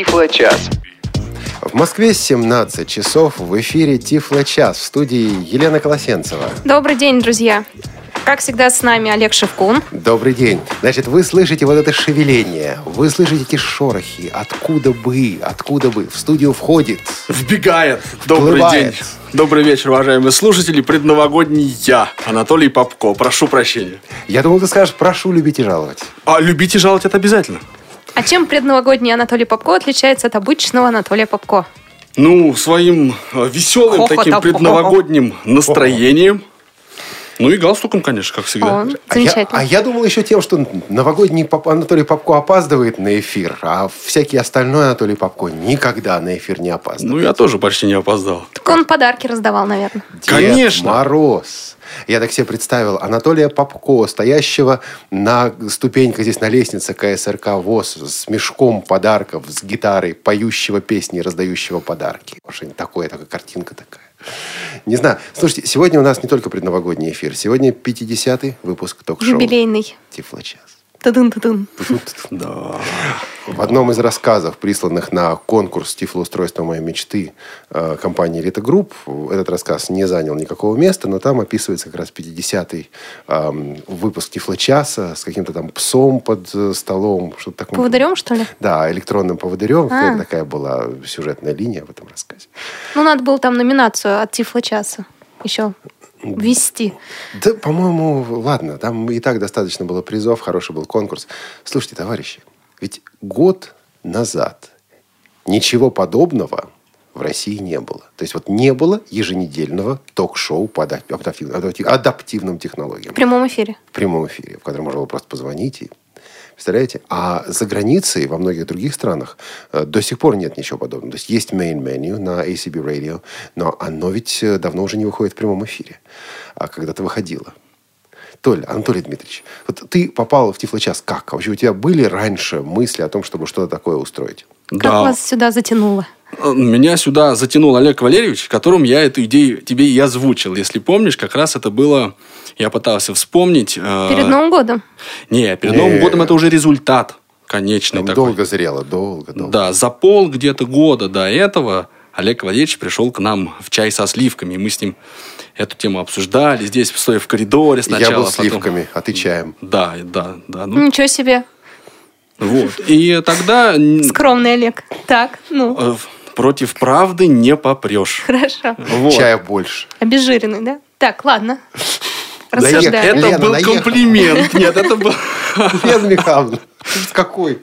Тифло-час. В Москве 17 часов, в эфире Тифло-час, в студии Елена Колосенцева. Добрый день, друзья. Как всегда, с нами Олег Шевкун. Добрый день. Значит, вы слышите вот это шевеление, вы слышите эти шорохи. Откуда бы в студию входит. Вбегает. Добрый день. Добрый вечер, уважаемые слушатели. Предновогодний я, Анатолий Попко. Прошу прощения. Я думал, ты скажешь, прошу любить и жаловать. А любить и жаловать это обязательно. А чем предновогодний Анатолий Попко отличается от обычного Анатолия Попко? Ну, своим веселым таким предновогодним настроением. Ну и галстуком, конечно, как всегда. Замечательно. Я думал еще тем, что новогодний Анатолий Попко опаздывает на эфир, а всякий остальной Анатолий Попко никогда на эфир не опаздывает. Ну, я тоже почти не опоздал. Так он подарки раздавал, наверное. Конечно. Дед Мороз. Я так себе представил Анатолия Попко, стоящего на ступеньках здесь на лестнице КСРК ВОС с мешком подарков, с гитарой, поющего песни и раздающего подарки. Что-нибудь такое, такая картинка такая. Не знаю. Слушайте, сегодня у нас не только предновогодний эфир. Сегодня 50-й выпуск ток-шоу. Юбилейный. Тифло-час. Тадын-тадын. Да. В одном из рассказов, присланных на конкурс «Тифлоустройство моей мечты» компании «Элита Групп», этот рассказ не занял никакого места, но там описывается как раз 50-й выпуск «Тифло-часа» с каким-то там псом под столом. Что-то такое. Поводырем, что ли? Да, электронным поводырем. Такая была сюжетная линия в этом рассказе. Ну, надо было там номинацию от Тифло-часа еще ввести. Да, по-моему, ладно. Там и так достаточно было призов, хороший был конкурс. Слушайте, товарищи, ведь год назад ничего подобного в России не было. То есть вот не было еженедельного ток-шоу по адаптивным технологиям. В прямом эфире. В прямом эфире, в котором можно было просто позвонить и... Представляете? А за границей, во многих других странах, до сих пор нет ничего подобного. То есть есть main menu на ACB Radio, но оно ведь давно уже не выходит в прямом эфире. А когда-то выходило. Анатолий Дмитриевич, вот ты попал в Тифло-час как? Вообще у тебя были раньше мысли о том, чтобы что-то такое устроить? Как вас сюда затянуло? Меня сюда затянул Олег Валерьевич, которым я эту идею тебе и озвучил. Если помнишь, как раз это было... Я пытался вспомнить... Перед Новым годом? Перед Новым годом это уже результат конечный Там такой. долго зрело, долго. Да, за где-то года до этого Олег Валерьевич пришел к нам в чай со сливками. И мы с ним эту тему обсуждали. Здесь, стоя в коридоре сначала. Я был сливками, а ты чаем. Да. Ничего себе. Вот. И тогда... Скромный Олег. Так, Против правды не попрешь. Хорошо. Вот. Чая больше. Обезжиренный, да? Так, ладно. Рассуждаем. Это Лена, был комплимент. Нет, это был... Лена Михайловна, какой?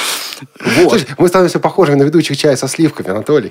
Вот. Слушай, мы становимся похожими на ведущих чая со сливками, Анатолий.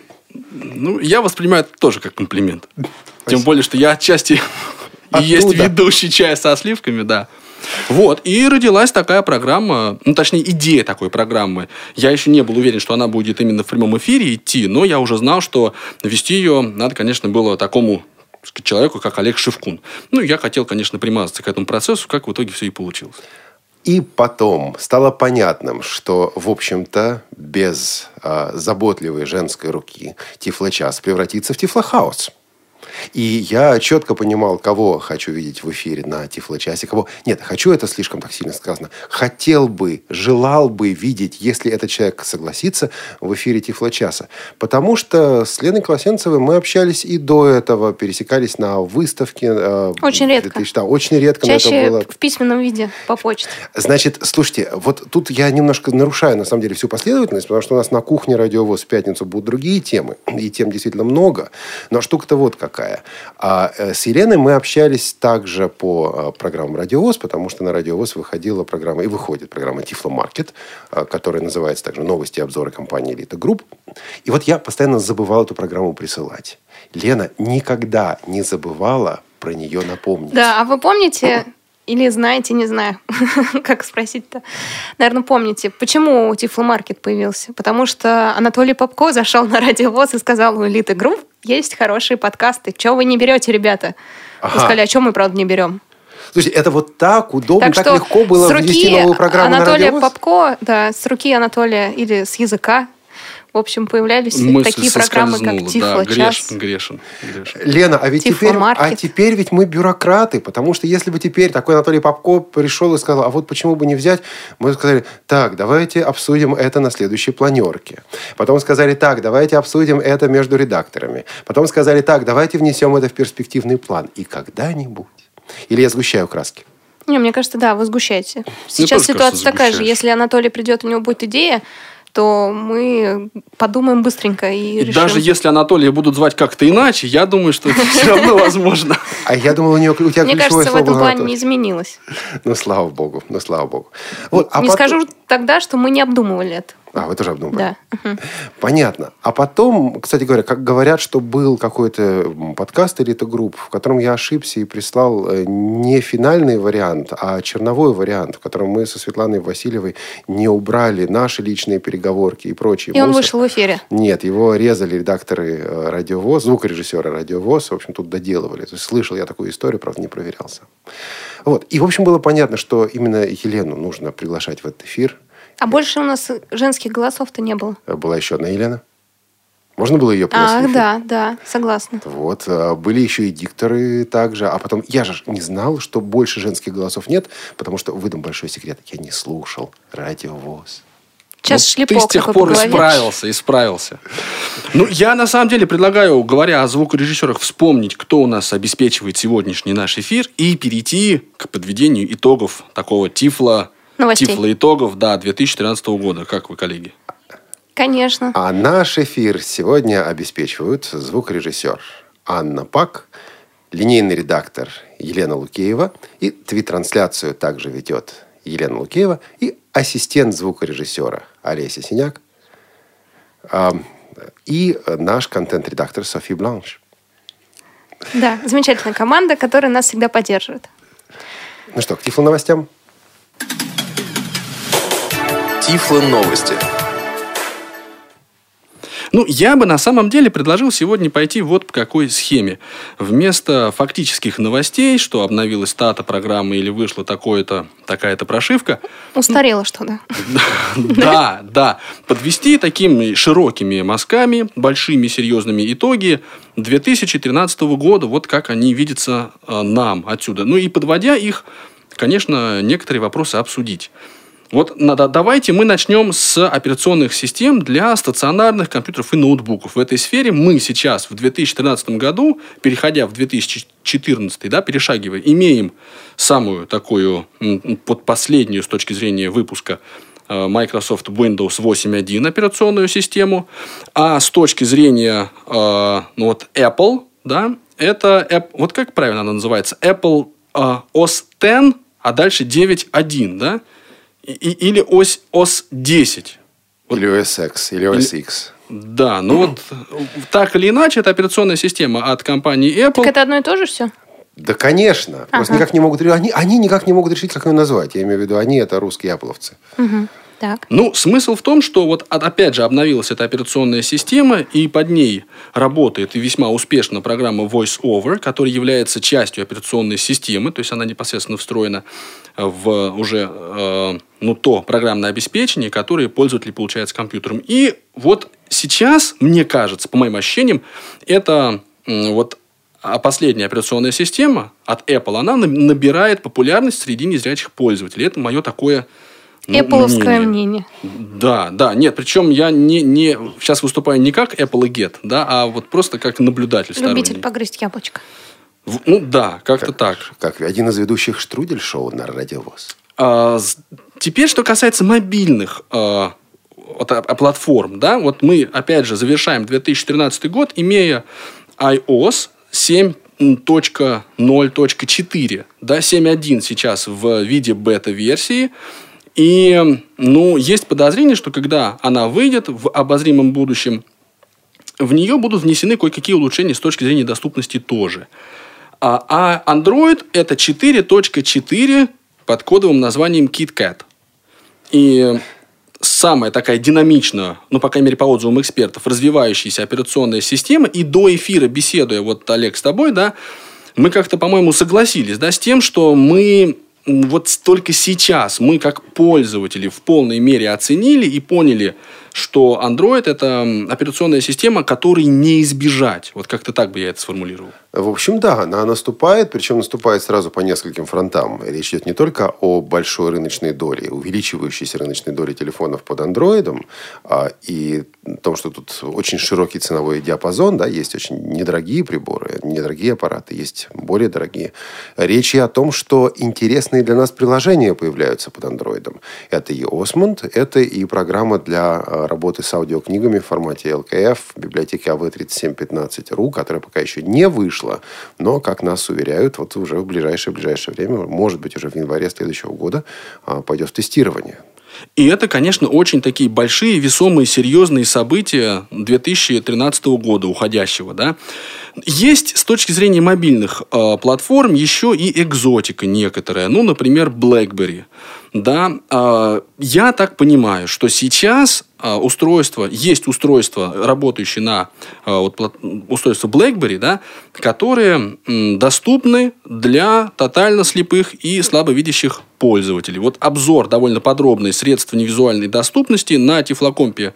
Я воспринимаю это тоже как комплимент. Тем более, что я отчасти и есть ведущий чая со сливками, да. Вот, и родилась такая программа, точнее, идея такой программы. Я еще не был уверен, что она будет именно в прямом эфире идти, но я уже знал, что вести ее надо, конечно, было такому человеку, как Олег Шевкун. Я хотел, конечно, примазаться к этому процессу, как в итоге все и получилось. И потом стало понятным, что, в общем-то, без заботливой женской руки Тифло-час превратится в Тифло-хаус. И я четко понимал, кого хочу видеть в эфире на Тифло-часе, кого... Нет, хочу, это слишком так сильно сказано. Хотел бы, желал бы видеть, если этот человек согласится, в эфире Тифло-часа. Потому что с Леной Колосенцевой мы общались и до этого, пересекались на выставке. Очень редко. Очень редко. Чаще это было... в письменном виде, по почте. Значит, слушайте, вот тут я немножко нарушаю, на самом деле, всю последовательность, потому что у нас на кухне Радио ВОС в пятницу будут другие темы. И тем действительно много. Но штука-то вот какая. А с Еленой мы общались также по программам Радио ВОС, потому что на Радио ВОС выходила программа, и выходит программа Тифло-маркет, которая называется также «Новости и обзоры компании «Элита Групп». И вот я постоянно забывал эту программу присылать. Лена никогда не забывала про нее напомнить. Да, а вы помните... Или знаете, не знаю, как спросить-то. Наверное, помните, почему Тифло-маркет появился? Потому что Анатолий Попко зашел на Радио ВОС и сказал: у «Элиты Групп» есть хорошие подкасты. Чего вы не берете, ребята? Мы сказали: а чего мы, правда, не берем? Слушайте, это вот так удобно, так легко было ввести новую программу на Радио ВОС? Попко, да, с руки Анатолия или с языка в общем, появлялись мысль такие программы, как Тифло-час. Да, грешен. Лена, а теперь ведь мы бюрократы, потому что если бы теперь такой Анатолий Попко пришел и сказал, а вот почему бы не взять, мы сказали, так, давайте обсудим это на следующей планерке. Потом сказали, так, давайте обсудим это между редакторами. Потом сказали, так, давайте внесем это в перспективный план. И когда-нибудь... Или я сгущаю краски? Не, мне кажется, да, вы сгущаете. Сейчас ситуация такая же. Если Анатолий придет, у него будет идея, то мы подумаем быстренько и решим. Даже если Анатолия будут звать как-то иначе, я думаю, что это все равно возможно. А я думал, у тебя ключевое слово. Мне кажется, в этом плане не изменилось. Ну, слава богу. Не скажу тогда, что мы не обдумывали это. А, вы тоже обдумали? Да. Понятно. А потом, кстати говоря, как говорят, что был какой-то подкаст «Элита Групп», в котором я ошибся и прислал не финальный вариант, а черновой вариант, в котором мы со Светланой Васильевой не убрали наши личные переговорки и прочие. И он вышел в эфире? Нет, его резали редакторы «Радио ВОС», звукорежиссеры «Радио ВОС». В общем, тут доделывали. То есть, слышал я такую историю, правда, не проверялся. Вот. И, в общем, было понятно, что именно Елену нужно приглашать в этот эфир. А больше у нас женских голосов-то не было. Была еще одна Елена. Можно было ее пригласить? Да, согласна. Вот. Были еще и дикторы также. А потом я же не знал, что больше женских голосов нет, потому что, выдам большой секрет, я не слушал Радио ВОС. Сейчас шлепок. Ты с тех пор исправился. Ну, я на самом деле предлагаю, говоря о звукорежиссерах, вспомнить, кто у нас обеспечивает сегодняшний наш эфир, и перейти к подведению итогов такого Тифло-итогов, 2013 года. Как вы, коллеги? Конечно. А наш эфир сегодня обеспечивают звукорежиссер Анна Пак, линейный редактор Елена Лукеева, и твит-трансляцию также ведет Елена Лукеева, и ассистент звукорежиссера Олеся Синяк, и наш контент-редактор Софи Бланш. Да, замечательная команда, которая нас всегда поддерживает. Ну что, к Тифло-новостям? Тифло-новости. Ну, я бы на самом деле предложил сегодня пойти вот по какой схеме. Вместо фактических новостей, что обновилась та-то программа или вышла такая-то прошивка. Устарело что-то. Да. Подвести такими широкими мазками, большими серьезными итоги 2013 года, вот как они видятся нам отсюда. Ну и подводя их, конечно, некоторые вопросы обсудить. Вот давайте мы начнем с операционных систем для стационарных компьютеров и ноутбуков. В этой сфере мы сейчас в 2013 году, переходя в 2014, перешагивая, имеем самую такую, под последнюю с точки зрения выпуска Microsoft Windows 8.1 операционную систему. А с точки зрения Apple, это, вот как правильно она называется, Apple OS X, а дальше 9.1, да? Или OS 10. Или OS X, или OS X. Да, вот так или иначе, это операционная система от компании Apple. Так это одно и то же все? Да, конечно. Просто никак не могут решить. Они никак не могут решить, как ее назвать. Я имею в виду, они это русские аппловцы. Угу. Так. Ну, смысл в том, что вот опять же обновилась эта операционная система, и под ней работает и весьма успешно программа VoiceOver, которая является частью операционной системы, то есть она непосредственно встроена в уже то программное обеспечение, которое пользователь получает с компьютером. И вот сейчас, мне кажется, по моим ощущениям, это последняя операционная система от Apple, она набирает популярность среди незрячих пользователей. Это мое такое... Apple-овское мнение. Да. Нет, причем я не сейчас выступаю не как Apple и Get, а вот просто как наблюдатель сторонний. Любитель погрызть яблочко. Как-то так. Как один из ведущих Штрудель-шоу на Радио ВОС. Теперь, что касается мобильных платформ, вот мы, опять же, завершаем 2013 год, имея iOS 7.0.4, 7.1 сейчас в виде бета-версии. И, есть подозрение, что когда она выйдет в обозримом будущем, в нее будут внесены кое-какие улучшения с точки зрения доступности тоже. А Android это 4.4 под кодовым названием KitKat. И самая такая динамичная, по крайней мере, по отзывам экспертов, развивающаяся операционная система. И до эфира, беседуя, Олег, с тобой, мы как-то, по-моему, согласились, с тем, что мы... Вот только сейчас мы, как пользователи, в полной мере оценили и поняли, что Android – это операционная система, которой не избежать. Вот как-то так бы я это сформулировал. В общем, да, она наступает, причем наступает сразу по нескольким фронтам. Речь идет не только о большой рыночной доле, увеличивающейся рыночной доле телефонов под андроидом, и том, что тут очень широкий ценовой диапазон, да, есть очень недорогие приборы, недорогие аппараты, есть более дорогие. Речь и о том, что интересные для нас приложения появляются под андроидом. Это и Osmond, это и программа для работы с аудиокнигами в формате LKF, библиотеки AV3715.ru, которая пока еще не вышла, но, как нас уверяют, вот уже в ближайшее время, может быть, уже в январе следующего года пойдет в тестирование. И это, конечно, очень такие большие, весомые, серьезные события 2013 года уходящего. Да? Есть с точки зрения мобильных платформ еще и экзотика некоторая. Ну, например, BlackBerry. Да? Я так понимаю, что сейчас есть устройства, работающие на устройство BlackBerry, да, которые доступны для тотально слепых и слабовидящих пользователей. Вот обзор довольно подробный средств невизуальной доступности на Тифлокомпе,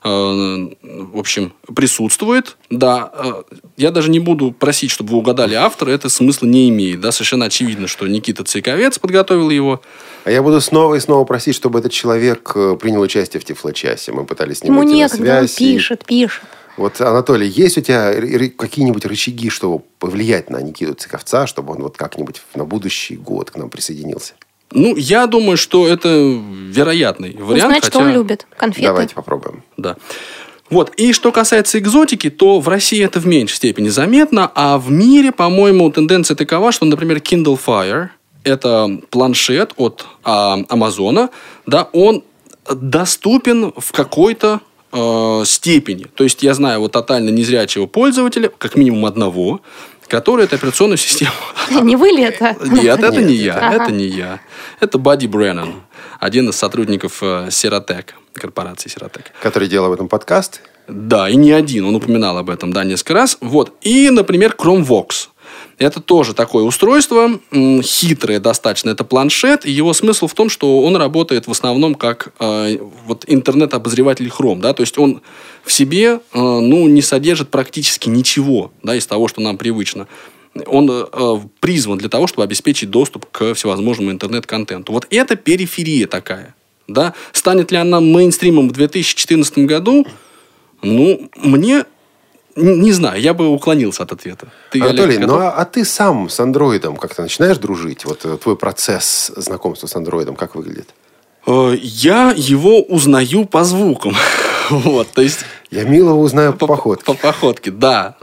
в общем, присутствует. Да, я даже не буду просить, чтобы вы угадали автора, это смысла не имеет. Да, совершенно очевидно, что Никита Цейковец подготовил его. А я буду снова и снова просить, чтобы этот человек принял участие в Тифлочасе. Мы пытались с ним выйти на связь. Он пишет. Вот, Анатолий, есть у тебя какие-нибудь рычаги, чтобы повлиять на Никиту Цейковца, чтобы он вот как-нибудь на будущий год к нам присоединился? Ну, я думаю, что это вероятный вариант. Узнать, что он любит. Конфеты. Давайте попробуем. Да. Вот. И что касается экзотики, то в России это в меньшей степени заметно, а в мире, по-моему, тенденция такова, что, например, Kindle Fire – это планшет от Амазона, да, он доступен в какой-то степени. То есть, я знаю вот тотально незрячего пользователя, как минимум одного, который эту операционную систему... Не вы ли это? Нет, это не я. Это не я. Это Бадди Бреннан, один из сотрудников Seratec, корпорации Seratec. Который делал об этом подкаст? Да, и не один. Он упоминал об этом, да, несколько раз. Вот. И, например, ChromeVox. Это тоже такое устройство, хитрое достаточно. Это планшет, и его смысл в том, что он работает в основном как вот интернет-обозреватель Chrome. Да? То есть, он в себе не содержит практически ничего, да, из того, что нам привычно. Он призван для того, чтобы обеспечить доступ к всевозможному интернет-контенту. Вот это периферия такая. Да? Станет ли она мейнстримом в 2014 году? Ну, мне... Не знаю, я бы уклонился от ответа. Анатолий, а ты сам с андроидом как-то начинаешь дружить? Вот твой процесс знакомства с андроидом как выглядит? Я его узнаю по звукам. Вот, то есть... Я милого узнаю по походке. По походке, да.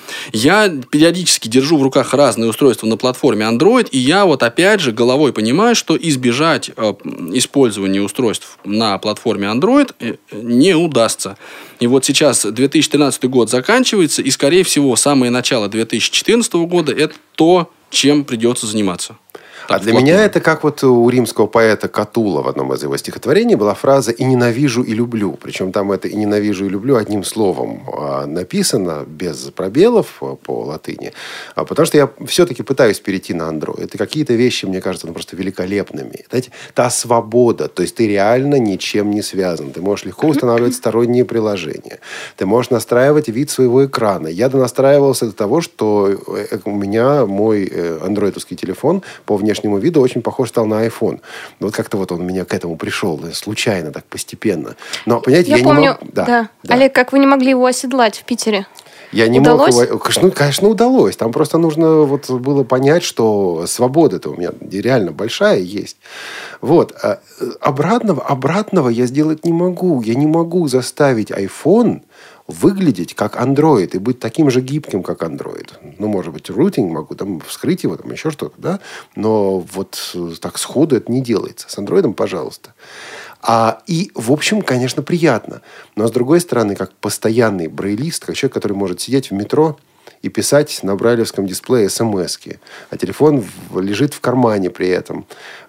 Я периодически держу в руках разные устройства на платформе Android, и я вот опять же головой понимаю, что избежать использования устройств на платформе Android не удастся. И вот сейчас 2013 год заканчивается, и, скорее всего, самое начало 2014 года – это то, чем придется заниматься. А для меня это как вот у римского поэта Катула в одном из его стихотворений была фраза «и ненавижу, и люблю». Причем там это «и ненавижу, и люблю» одним словом написано, без пробелов по латыни. Потому что я все-таки пытаюсь перейти на Android. И какие-то вещи, мне кажется, просто великолепными. Знаете, та свобода. То есть, ты реально ничем не связан. Ты можешь легко устанавливать сторонние приложения. Ты можешь настраивать вид своего экрана. Я донастраивался до того, что у меня мой андроидовский телефон по внешнему виду очень похож стал на iPhone. Вот как-то вот он у меня к этому пришел. Случайно, так постепенно. Но, понимаете, я помню, не могу... Да. Олег, как вы не могли его оседлать в Питере? Я не удалось? мог его... Конечно, удалось. Там просто нужно вот было понять, что свобода-то у меня реально большая есть. Вот. Обратного я сделать не могу. Я не могу заставить iPhone выглядеть как Android и быть таким же гибким, как Android. Ну, может быть, рутинг могу там вскрыть его, там еще что-то, да? Но вот так сходу это не делается. С Android, пожалуйста. И, в общем, конечно, приятно. Но, с другой стороны, как постоянный брайлист, как человек, который может сидеть в метро и писать на брайлевском дисплее смс-ки, а телефон лежит в кармане при этом.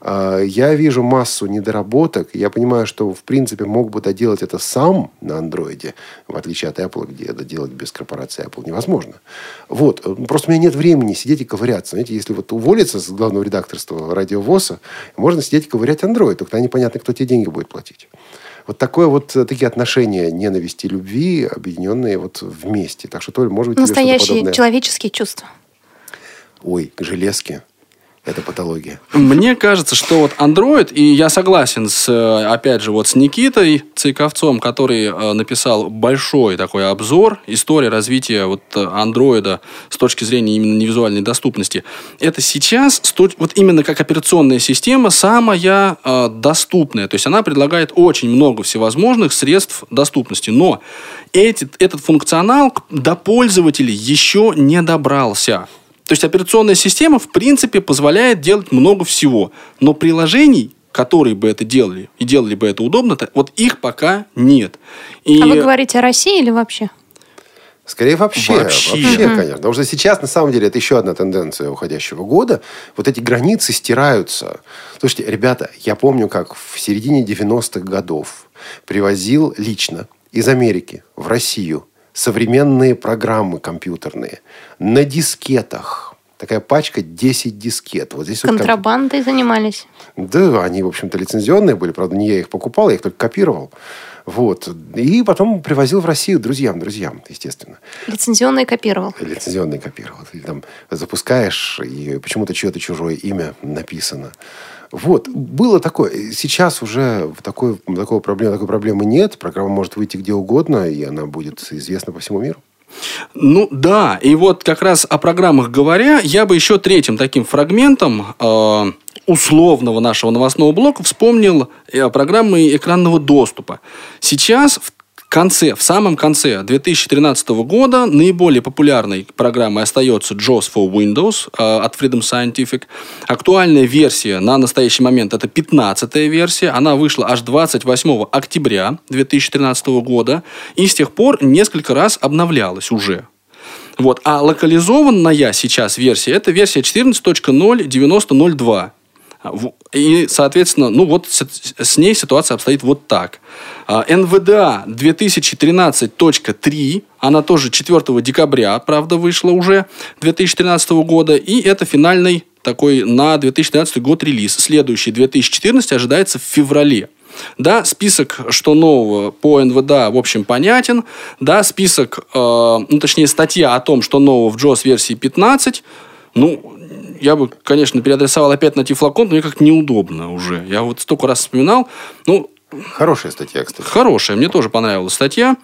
Я вижу массу недоработок. Я понимаю, что, в принципе, мог бы доделать это сам на андроиде, в отличие от Apple, где это делать без корпорации Apple невозможно. Вот. Просто у меня нет времени сидеть и ковыряться. Знаете, если вот уволиться с главного редакторства Радио ВОСа, можно сидеть и ковырять Android. Только непонятно, кто тебе деньги будет платить. Вот такие отношения ненависти и любви, объединенные вот вместе. Так что, Толь, может быть, настоящие человеческие чувства. Ой, железки. Это патология. Мне кажется, что вот Android, и я согласен опять же, с Никитой Цейковцом, который написал большой такой обзор истории развития Android с точки зрения именно невизуальной доступности. Это сейчас, именно как операционная система, самая доступная. То есть она предлагает очень много всевозможных средств доступности. Но этот функционал до пользователей еще не добрался. То есть операционная система, в принципе, позволяет делать много всего. Но приложений, которые бы это делали, и делали бы это удобно, их пока нет. А вы говорите о России или вообще? Скорее вообще, конечно. Потому что сейчас, на самом деле, это еще одна тенденция уходящего года. Вот эти границы стираются. Слушайте, ребята, я помню, как в середине 90-х годов привозил лично из Америки в Россию современные программы компьютерные на дискетах. Такая пачка 10 дискет. Вот здесь контрабандой занимались? Да, они, в общем-то, лицензионные были. Правда, не я их покупал, я их только копировал. И потом привозил в Россию друзьям, естественно. Лицензионный копировал. Лицензионный копировал. Ты там запускаешь, и почему-то чье-то чужое имя написано. Было такое. Сейчас уже такой проблемы нет. Программа может выйти где угодно, и она будет известна по всему миру. Да. И как раз о программах говоря, я бы еще третьим таким фрагментом условного нашего новостного блока вспомнил программы экранного доступа. Сейчас, в самом конце 2013 года наиболее популярной программой остается JAWS for Windows от Freedom Scientific. Актуальная версия на настоящий момент это 15-я версия. Она вышла аж 28 октября 2013 года. И с тех пор несколько раз обновлялась уже. А локализованная сейчас версия это версия 14.0.90.02. И, соответственно, с ней ситуация обстоит так. NVDA 2013.3, она тоже 4 декабря, правда, вышла уже 2013 года. И это финальный такой на 2013 год релиз. Следующий, 2014, ожидается в феврале. Да, список, что нового по NVDA, в общем, понятен. Да, список, статья о том, что нового в JAWS версии 15. Я бы, конечно, переадресовал опять на Тифлокомп, но мне как-то неудобно уже. Я столько раз вспоминал. Хорошая статья, кстати. Хорошая, мне тоже понравилась статья.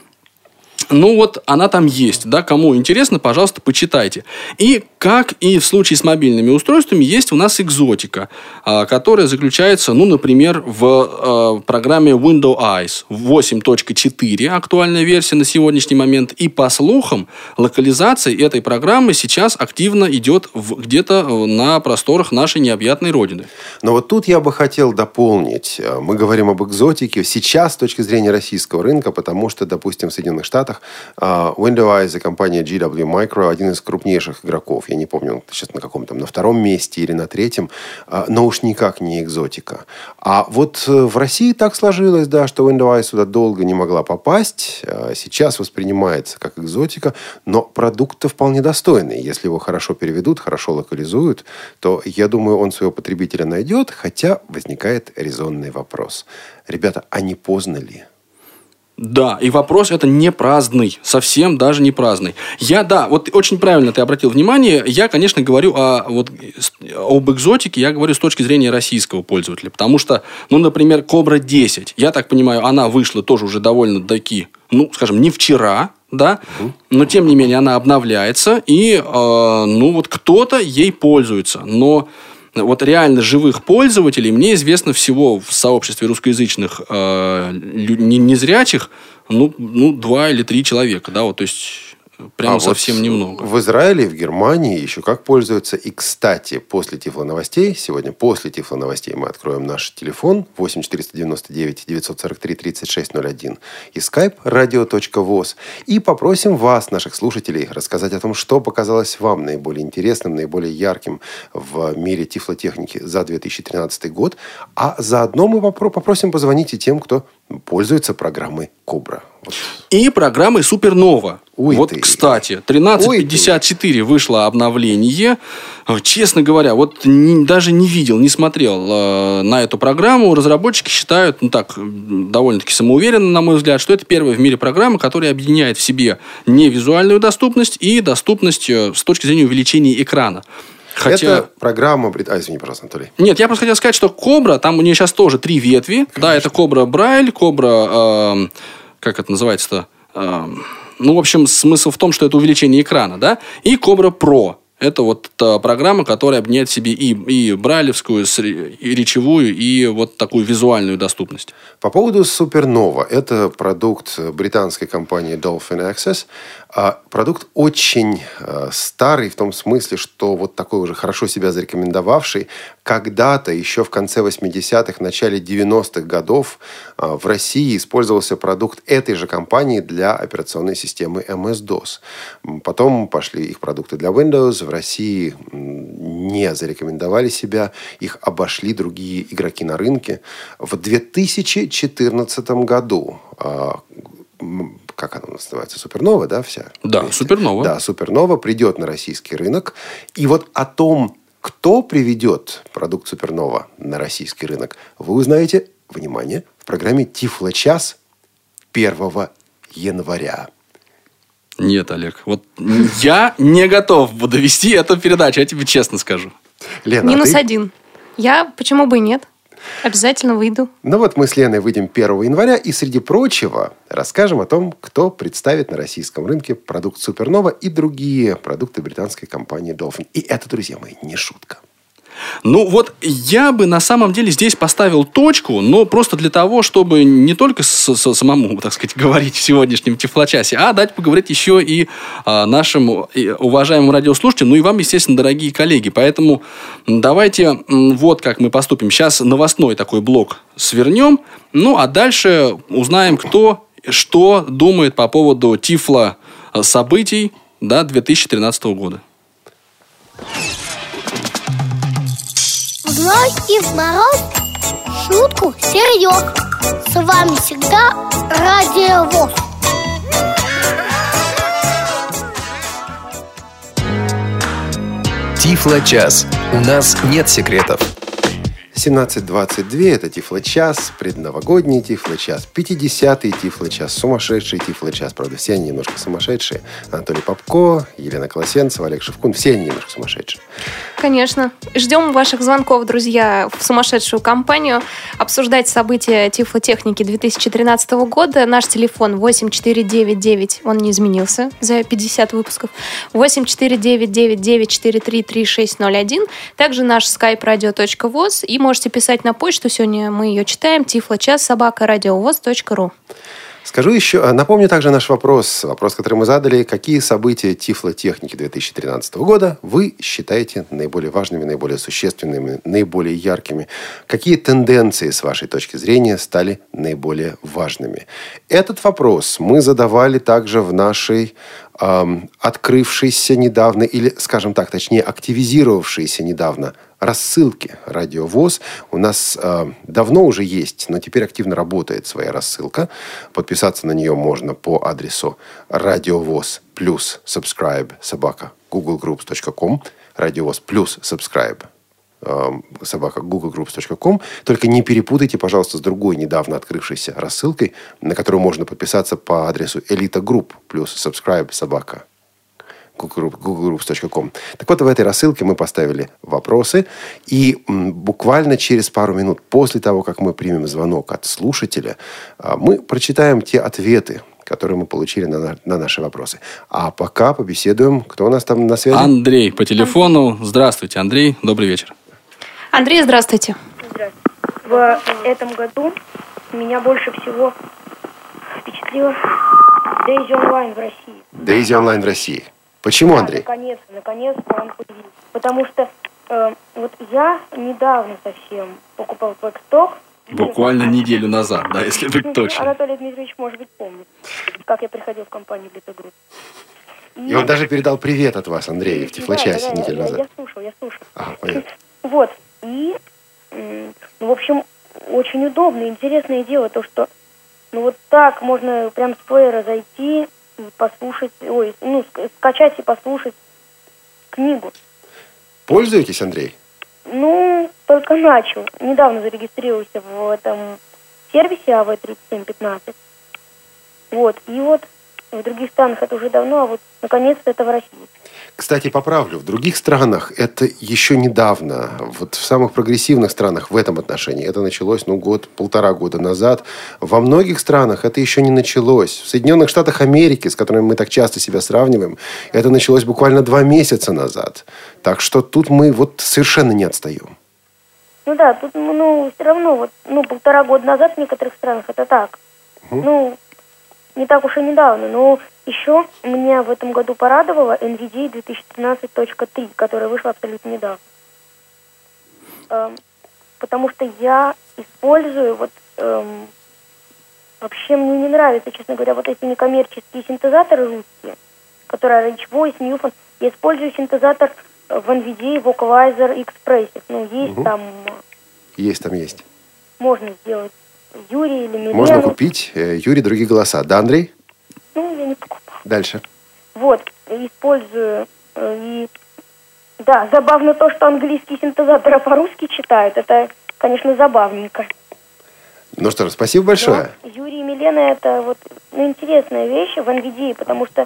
Она там есть. Да? Кому интересно, пожалуйста, почитайте. И, как и в случае с мобильными устройствами, есть у нас экзотика, которая заключается, например, в программе Windows Eyes 8.4, актуальная версия на сегодняшний момент. И, по слухам, локализация этой программы сейчас активно идет где-то на просторах нашей необъятной родины. Но тут я бы хотел дополнить. Мы говорим об экзотике сейчас с точки зрения российского рынка, потому что, допустим, в Соединенных Штатах Windows Eyes и компания GW Micro один из крупнейших игроков. Я не помню, сейчас на каком-то, на втором месте или на третьем, но уж никак не экзотика. А в России так сложилось, да, что Windows Eyes сюда долго не могла попасть. Сейчас воспринимается как экзотика, но продукт-то вполне достойный. Если его хорошо переведут, хорошо локализуют, то, я думаю, он своего потребителя найдет, хотя возникает резонный вопрос. Ребята, а не поздно ли? Да, и вопрос это не праздный, совсем даже не праздный. Очень правильно ты обратил внимание, я, конечно, говорю об экзотике, я говорю с точки зрения российского пользователя, потому что, например, Cobra 10, я так понимаю, она вышла тоже уже довольно-таки, не вчера, да, но, тем не менее, она обновляется, и, кто-то ей пользуется, но... реально живых пользователей мне известно всего в сообществе русскоязычных незрячих 2 или 3 человека, да, то есть прямо совсем немного. В Израиле, в Германии еще как пользуются. И, кстати, после Тифлоновостей, сегодня после Тифлоновостей мы откроем наш телефон 8 499 943 3601 и skype radio.voz и попросим вас, наших слушателей, рассказать о том, что показалось вам наиболее интересным, наиболее ярким в мире тифлотехники за 2013 год. А заодно мы попросим позвонить и тем, кто пользуется программой Cobra. И программой «Супернова». Ой вот, ты. кстати, 13.54 вышло обновление. Честно говоря, вот даже не видел, не смотрел на эту программу. Разработчики считают, довольно-таки самоуверенно, на мой взгляд, что это первая в мире программа, которая объединяет в себе невизуальную доступность и доступность с точки зрения увеличения экрана. Хотя... Это программа... извини, пожалуйста, Анатолий. Нет, я просто хотел сказать, что Кобра, там у нее сейчас тоже 3 ветви. Конечно. Да, это Кобра Брайль, Кобра... как это называется-то? В общем, смысл в том, что это увеличение экрана, да? И Кобра Про. Это вот та программа, которая объединяет в себе и брайлевскую, и речевую, и вот такую визуальную доступность. По поводу Супернова. Это продукт британской компании Dolphin Access. Продукт очень старый в том смысле, что вот такой уже хорошо себя зарекомендовавший. Когда-то, еще в конце 80-х, начале 90-х годов в России использовался продукт этой же компании для операционной системы MS-DOS. Потом пошли их продукты для Windows. В России не зарекомендовали себя. Их обошли другие игроки на рынке. В 2014 году... как она называется? Супернова, да, вся? Да, Супернова. Да, Супернова придет на российский рынок. И вот о том, кто приведет продукт Супернова на российский рынок, вы узнаете, внимание, в программе «Тифлочас» 1 января. Нет, Олег, вот я не готов довести эту передачу, я тебе честно скажу. Лена, -1. Я, почему бы и нет? Обязательно выйду. Вот мы с Леной выйдем 1 января и, среди прочего, расскажем о том, кто представит на российском рынке продукт Супернова и другие продукты британской компании Dolphin. И это, друзья мои, не шутка. Я бы на самом деле здесь поставил точку, но просто для того, чтобы не только самому, так сказать, говорить в сегодняшнем Тифлочасе, а дать поговорить еще и нашим уважаемым радиослушателям, и вам, естественно, дорогие коллеги. Поэтому давайте вот как мы поступим. Сейчас новостной такой блок свернем, а дальше узнаем, кто что думает по поводу Тифло событий 2013 года. В ночь и в мороз шутку серьез. С вами всегда Радио ВОС. Тифлочас. У нас нет секретов. 17:22 это Тифлочас, предновогодний Тифлочас, 50-й Тифлочас, сумасшедший Тифлочас. Правда, все они немножко сумасшедшие. Анатолий Попко, Елена Колосенцева, Олег Шевкун. Все они немножко сумасшедшие. Конечно. Ждем ваших звонков, друзья, в сумасшедшую компанию. Обсуждать события Тифлотехники 2013 года. Наш телефон 8499, он не изменился за 50 выпусков. 8499-943-3601. Также наш skype radio.voz. И можете писать на почту. Сегодня мы ее читаем. tifloчас@radiovoz.ru. Скажу еще, напомню также наш вопрос, который мы задали. Какие события Тифлотехники 2013 года вы считаете наиболее важными, наиболее существенными, наиболее яркими? Какие тенденции, с вашей точки зрения, стали наиболее важными? Этот вопрос мы задавали также в нашей открывшейся недавно, или, скажем так, точнее, активизировавшейся недавно рассылки «Радио ВОС». У нас давно уже есть, но теперь активно работает своя рассылка. Подписаться на нее можно по адресу радиовоз плюс subscribe @googlegroups.com, радиовоз плюс subscribe @googlegroups.com. Только не перепутайте, пожалуйста, с другой недавно открывшейся рассылкой, на которую можно подписаться по адресу elitagroup плюс subscribe @googlegroups.com. Так вот, в этой рассылке мы поставили вопросы, и буквально через пару минут после того, как мы примем звонок от слушателя, мы прочитаем те ответы, которые мы получили на наши вопросы. А пока побеседуем. Кто у нас там на связи? Андрей по телефону. Здравствуйте, Андрей. Добрый вечер. Андрей, здравствуйте. Здравствуйте. В этом году меня больше всего впечатлило Daisy Online в России. Daisy Online в России. Почему, Андрей? Наконец-то он появился. Потому что вот я недавно совсем покупал Blackstock. Буквально неделю назад, да, если быть точным. Анатолий Дмитриевич, может быть, помнит, как я приходил в компанию Elite Group. И он даже передал привет от вас, Андрей, в Тифлочасе неделю назад. Я слушал. Ага, понятно. Вот. И, в общем, очень удобно. Интересное дело то, что Ну вот так можно прям с плеера зайти и послушать, скачать и послушать книгу. Пользуетесь, Андрей? Ну, только начал. Недавно зарегистрировался в этом сервисе АВ-3715. Вот. И вот в других странах это уже давно, а вот наконец-то это в России. Кстати, поправлю, в других странах это еще недавно. Вот в самых прогрессивных странах в этом отношении это началось, полтора года назад. Во многих странах это еще не началось. В Соединенных Штатах Америки, с которыми мы так часто себя сравниваем, это началось буквально 2 месяца назад. Так что тут мы совершенно не отстаем. Ну да, тут, все равно, полтора года назад в некоторых странах это так. Не так уж и недавно, но еще меня в этом году порадовала NVDA 2013.3, которая вышла абсолютно недавно. Потому что я использую, вообще мне не нравятся, честно говоря, вот эти некоммерческие синтезаторы русские, которые Rich Voice, Newfon. Я использую синтезатор в NVDA Vocalizer Expressive. Есть. Можно сделать Юрий или Милену. Можно купить Юрий, другие голоса. Да, Андрей? Я не покупал. Дальше. Вот, использую. Да, забавно то, что английские синтезаторы по-русски читают. Это, конечно, забавненько. Ну что ж, спасибо большое. Но Юрий и Милена это интересная вещь в NVDA, потому что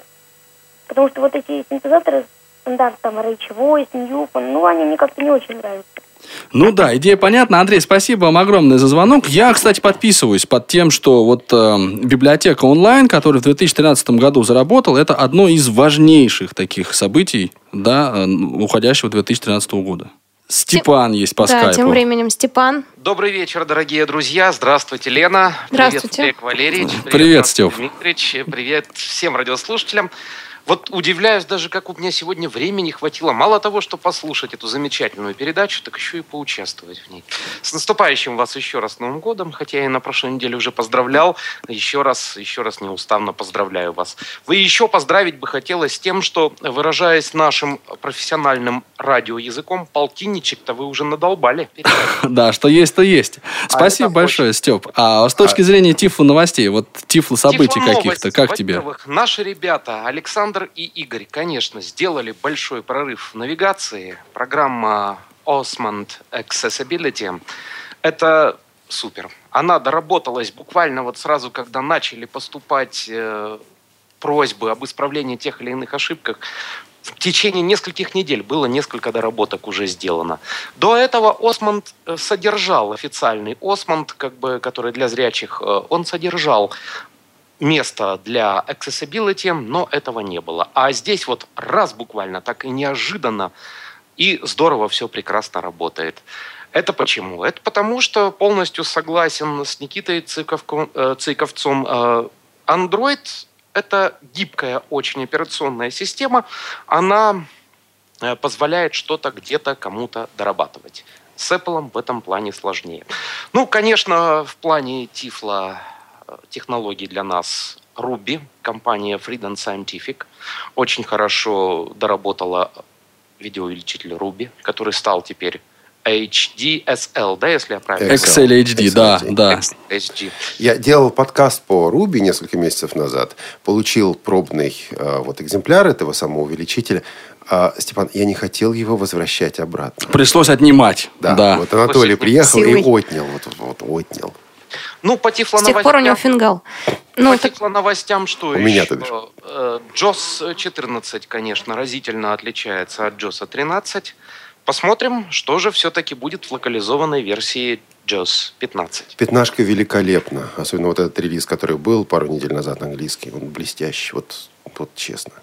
вот эти синтезаторы стандарт, Rich Voice, Newfon, они мне как-то не очень нравятся. Ну да, идея понятна. Андрей, спасибо вам огромное за звонок. Я, кстати, подписываюсь под тем, что библиотека онлайн, которая в 2013 году заработала, это одно из важнейших таких событий, уходящего 2013 года. Степан есть по скайпу. Да, тем временем Степан. Добрый вечер, дорогие друзья. Здравствуйте, Лена. Здравствуйте. Привет, Олег Валерьевич. Привет, Степ. Дмитрич. Привет всем радиослушателям. Удивляюсь даже, как у меня сегодня времени хватило. Мало того, что послушать эту замечательную передачу, так еще и поучаствовать в ней. С наступающим вас еще раз Новым годом, хотя я и на прошлой неделе уже поздравлял. Еще раз неустанно поздравляю вас. Вы еще поздравить бы хотелось с тем, что, выражаясь нашим профессиональным радиоязыком, полтинничек-то вы уже надолбали. Да, что есть, то есть. Спасибо большое, Степ. А с точки зрения Тифло новостей, Тифло событий каких-то, как тебе? Во-первых, наши ребята, Александр и Игорь, конечно, сделали большой прорыв в навигации. Программа Osmond Accessibility – это супер. Она доработалась буквально сразу, когда начали поступать просьбы об исправлении тех или иных ошибок. В течение нескольких недель было несколько доработок уже сделано. До этого Osmond содержал официальный Osmond, который для зрячих, он содержал место для accessibility, но этого не было. А здесь раз буквально так и неожиданно, и здорово все прекрасно работает. Это почему? Это потому, что полностью согласен с Никитой Цыковцом. Android – это гибкая очень операционная система. Она позволяет что-то где-то кому-то дорабатывать. С Apple в этом плане сложнее. Конечно, в плане Тифло технологий для нас Ruby, компания Freedom Scientific, очень хорошо доработала видеоувеличитель Ruby, который стал теперь HDSL, если я правильно Excel HD, да. HD. Я делал подкаст по Ruby несколько месяцев назад, получил пробный экземпляр этого самого увеличителя. Степан, я не хотел его возвращать обратно. Пришлось отнимать. Да. Анатолий приехал и отнял. Отнял. По Тифло новостям. С тех пор у него фингал. По Тифло новостям что у еще? Меня, то бишь. JOS 14, конечно, разительно отличается от JOS 13. Посмотрим, что же все-таки будет в локализованной версии JOS 15. Пятнашка великолепна. Особенно этот релиз, который был пару недель назад на английский. Он блестящий. Честно.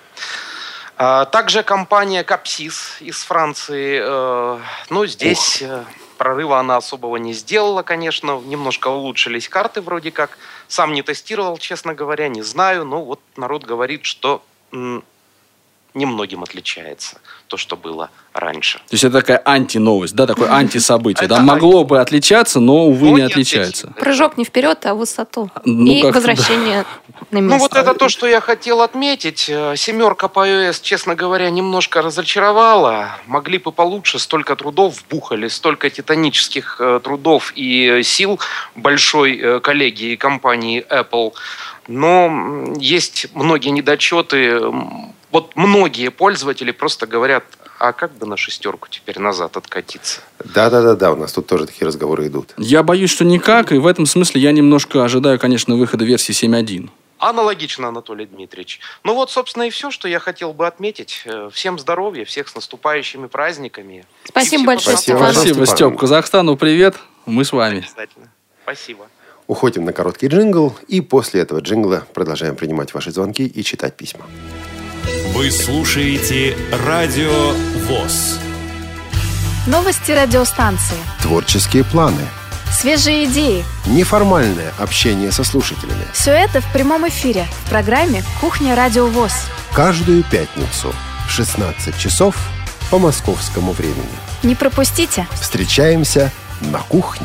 Также компания Capsys из Франции. Здесь прорыва она особого не сделала, конечно. Немножко улучшились карты вроде как. Сам не тестировал, честно говоря, не знаю. Но народ говорит, что немногим отличается то, что было раньше. То есть это такая антиновость, да, такое антисобытие. Да, могло бы отличаться, но, увы, не отличается. Прыжок не вперед, а в высоту. И возвращение на место. Ну, вот это то, что я хотел отметить. 7 по iOS, честно говоря, немножко разочаровала. Могли бы получше. Столько трудов вбухали, столько титанических трудов и сил большой коллегии и компании Apple. Но есть многие недочеты. Вот многие пользователи просто говорят, а как бы на 6 теперь назад откатиться? Да, у нас тут тоже такие разговоры идут. Я боюсь, что никак, и в этом смысле я немножко ожидаю, конечно, выхода версии 7.1. Аналогично, Анатолий Дмитриевич. Ну вот, собственно, и все, что я хотел бы отметить. Всем здоровья, всех с наступающими праздниками. Спасибо большое, Степан. Спасибо, Степ. Казахстану привет. Мы с вами. Обязательно. Спасибо. Уходим на короткий джингл, и после этого джингла продолжаем принимать ваши звонки и читать письма. Вы слушаете Радио ВОС. Новости радиостанции. Творческие планы. Свежие идеи. Неформальное общение со слушателями. Все это в прямом эфире в программе «Кухня Радио ВОС». Каждую пятницу в 16 часов по московскому времени. Не пропустите. Встречаемся на кухне.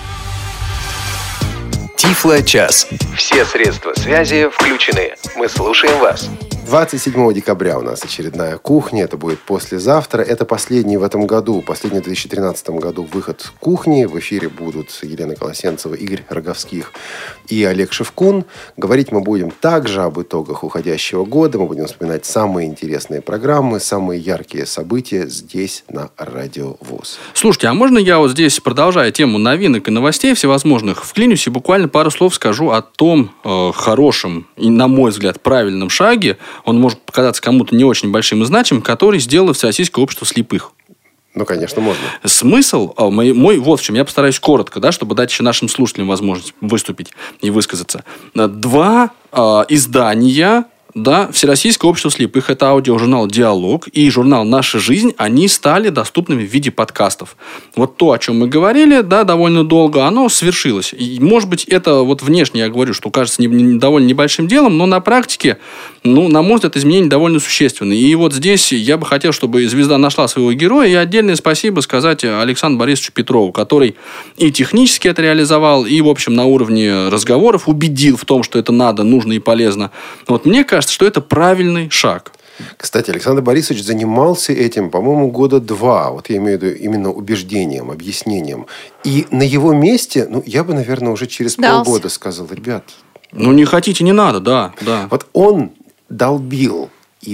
Тифло-час. Все средства связи включены. Мы слушаем вас. 27 декабря у нас очередная кухня. Это будет послезавтра. Это последний в этом году, последний в 2013 году выход кухни. В эфире будут Елена Колосенцева, Игорь Роговских и Олег Шевкун. Говорить мы будем также об итогах уходящего года. Мы будем вспоминать самые интересные программы, самые яркие события здесь, на Радио ВОС. Слушайте, а можно я вот здесь, продолжая тему новинок и новостей всевозможных, вклинюсь и буквально пару слов скажу о том хорошем и, на мой взгляд, правильном шаге, он может показаться кому-то не очень большим и значимым, который сделало Всероссийское общество слепых. Ну, конечно, можно. Смысл мой вот в чем. Я постараюсь коротко, да, чтобы дать еще нашим слушателям возможность выступить и высказаться. 2 издания... Да, Всероссийское общество слепых – это аудиожурнал «Диалог» и журнал «Наша жизнь». Они стали доступными в виде подкастов. Вот то, о чем мы говорили, да, довольно долго, оно свершилось. И, может быть, это вот внешне, я говорю, что кажется довольно небольшим делом, но на практике, на мой взгляд, изменения довольно существенные. И вот здесь я бы хотел, чтобы «Звезда» нашла своего героя. И отдельное спасибо сказать Александру Борисовичу Петрову, который и технически это реализовал, и, в общем, на уровне разговоров убедил в том, что это надо, нужно и полезно. Вот мне кажется, что это правильный шаг. Кстати, Александр Борисович занимался этим, по-моему, 2 года. Вот я имею в виду именно убеждением, объяснением. И на его месте, я бы, наверное, уже через полгода сказал, ребят... не хотите, не надо, да. Вот он долбил. И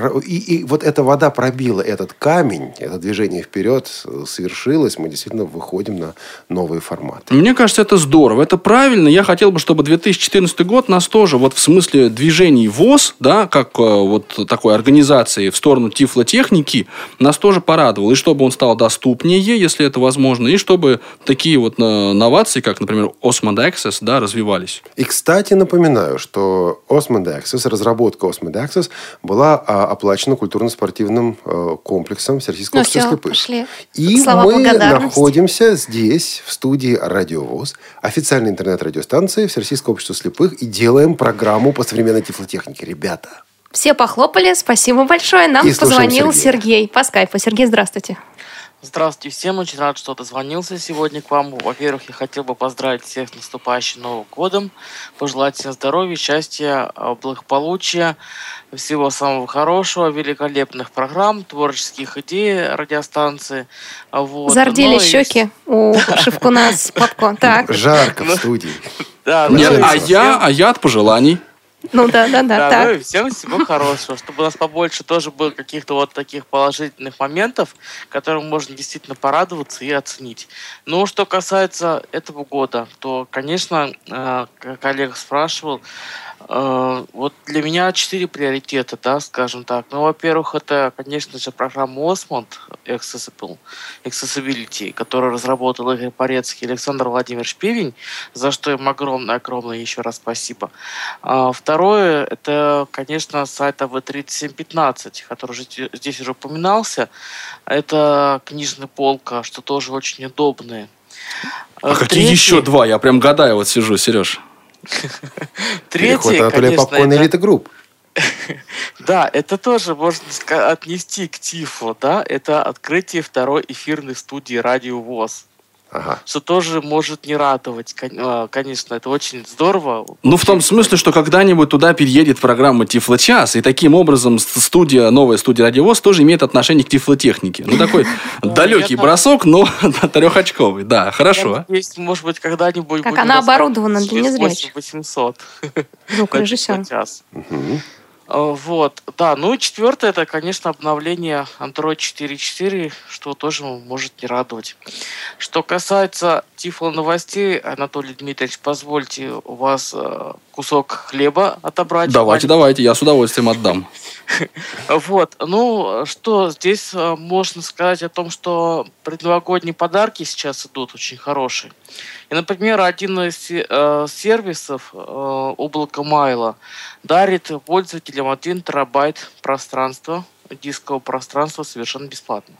вот эта вода пробила этот камень, это движение вперед совершилось, мы действительно выходим на новые форматы. Мне кажется, это здорово, это правильно. Я хотел бы, чтобы 2014 год нас тоже, вот в смысле движений ВОС, да, как вот такой организации в сторону тифлотехники, нас тоже порадовал. И чтобы он стал доступнее, если это возможно, и чтобы такие вот новации, как, например, Osmond Access, да, развивались. И, кстати, напоминаю, что Osmond Access, разработка Osmond Access была оплачена культурно-спортивным комплексом Всероссийского общества слепых. Пошли. И мы находимся здесь, в студии Радио ВОС, официальной интернет-радиостанции Всероссийского общества слепых, и делаем программу по современной тифлотехнике. Ребята. Все похлопали. Спасибо большое. Нам позвонил Сергей по скайпу. Сергей, здравствуйте. Здравствуйте всем. Очень рад, что дозвонился сегодня к вам. Во-первых, я хотел бы поздравить всех с наступающим Новым годом. Пожелать всем здоровья, счастья, благополучия, всего самого хорошего, великолепных программ, творческих идей радиостанции. Вот. Зардели щеки у Шевкуна с попкорном. Так. Жарко в студии. А я от пожеланий. Да. Ну и всем всего хорошего, чтобы у нас побольше тоже было каких-то вот таких положительных моментов, которым можно действительно порадоваться и оценить. Ну, что касается этого года, то, конечно, как Олег спрашивал, вот для меня 4 приоритета, да, скажем так. Ну, во-первых, это, конечно же, программа Osmond Accessibility, которую разработал Игорь Порецкий и Александр Владимирович Пивень, за что им огромное еще раз спасибо. Второе, это, конечно, сайт АВ3715, который уже здесь уже упоминался. Это книжная полка, что тоже очень удобное. А какие еще 2? Я прям гадаю, вот сижу, Сереж. Третье, конечно, Попкорн Элита Групп. Да, это тоже можно отнести к ТИФу, да, это открытие второй эфирной студии «Радио ВОС». Ага. Что тоже может не радовать. Конечно, это очень здорово. Ну, в том смысле, что когда-нибудь туда переедет программа «Тифлочас», и таким образом новая студия «Радио ВОС» тоже имеет отношение к тифлотехнике. Ну, такой далекий бросок, но трехочковый. Да, хорошо. Есть, может быть, когда-нибудь... Как она оборудована для незрячих. 800. Звукорежиссер. Вот, да, ну и четвертое, это, конечно, обновление Android 4.4, что тоже может не радовать. Что касается Тифло новостей, Анатолий Дмитриевич, позвольте у вас кусок хлеба отобрать. Давайте, я с удовольствием отдам. Вот, ну, что здесь можно сказать о том, что предновогодние подарки сейчас идут очень хорошие. И, например, один из сервисов облака Майла дарит пользователям 1 терабайт пространства, дискового пространства совершенно бесплатно.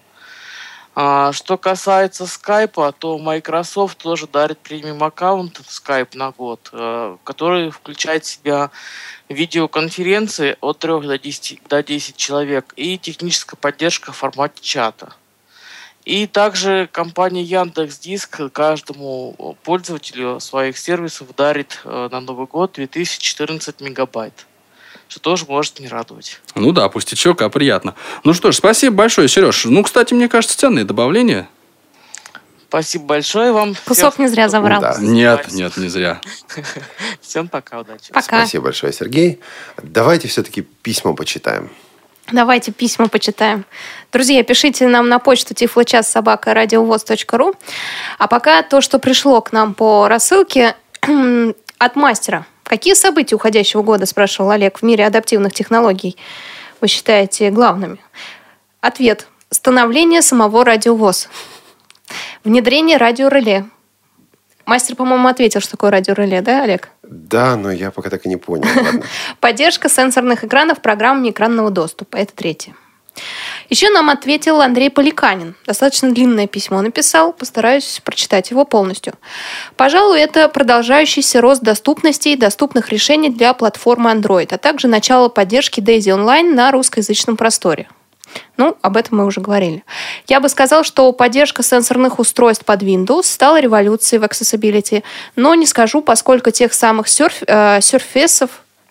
Что касается скайпа, то Microsoft тоже дарит премиум аккаунт в Skype на год, который включает в себя видеоконференции от 3 до 10 человек и техническая поддержка в формате чата. И также компания Яндекс.Диск каждому пользователю своих сервисов дарит на Новый год 2014 мегабайт. Что тоже может не радовать. Ну да, пустячок, а приятно. Ну что ж, спасибо большое, Сереж. Ну, кстати, мне кажется, ценные добавления. Спасибо большое вам. Кусок не зря забрал. Да. Нет, не зря. Всем пока, удачи. Пока. Спасибо большое, Сергей. Давайте все-таки письма почитаем. Давайте письма почитаем. Друзья, пишите нам на почту tifloчас@radiovoz.ru. А пока то, что пришло к нам по рассылке от мастера. Какие события уходящего года, спрашивал Олег, в мире адаптивных технологий вы считаете главными? Ответ. Становление самого Радио ВОС. Внедрение радиореле. Мастер, по-моему, ответил, что такое радиореле, да, Олег? Да, но я пока так и не понял. Поддержка сенсорных экранов программами экранного доступа. Это третье. Еще нам ответил Андрей Поликанин. Достаточно длинное письмо написал. Постараюсь прочитать его полностью. Пожалуй, это продолжающийся рост доступности и доступных решений для платформы Android, а также начало поддержки Daisy Online на русскоязычном просторе. Ну, об этом мы уже говорили. Я бы сказал, что поддержка сенсорных устройств под Windows стала революцией в accessibility, но не скажу, поскольку тех самых серфисов,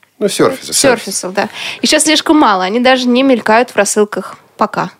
да, еще слишком мало. Они даже не мелькают в рассылках пока.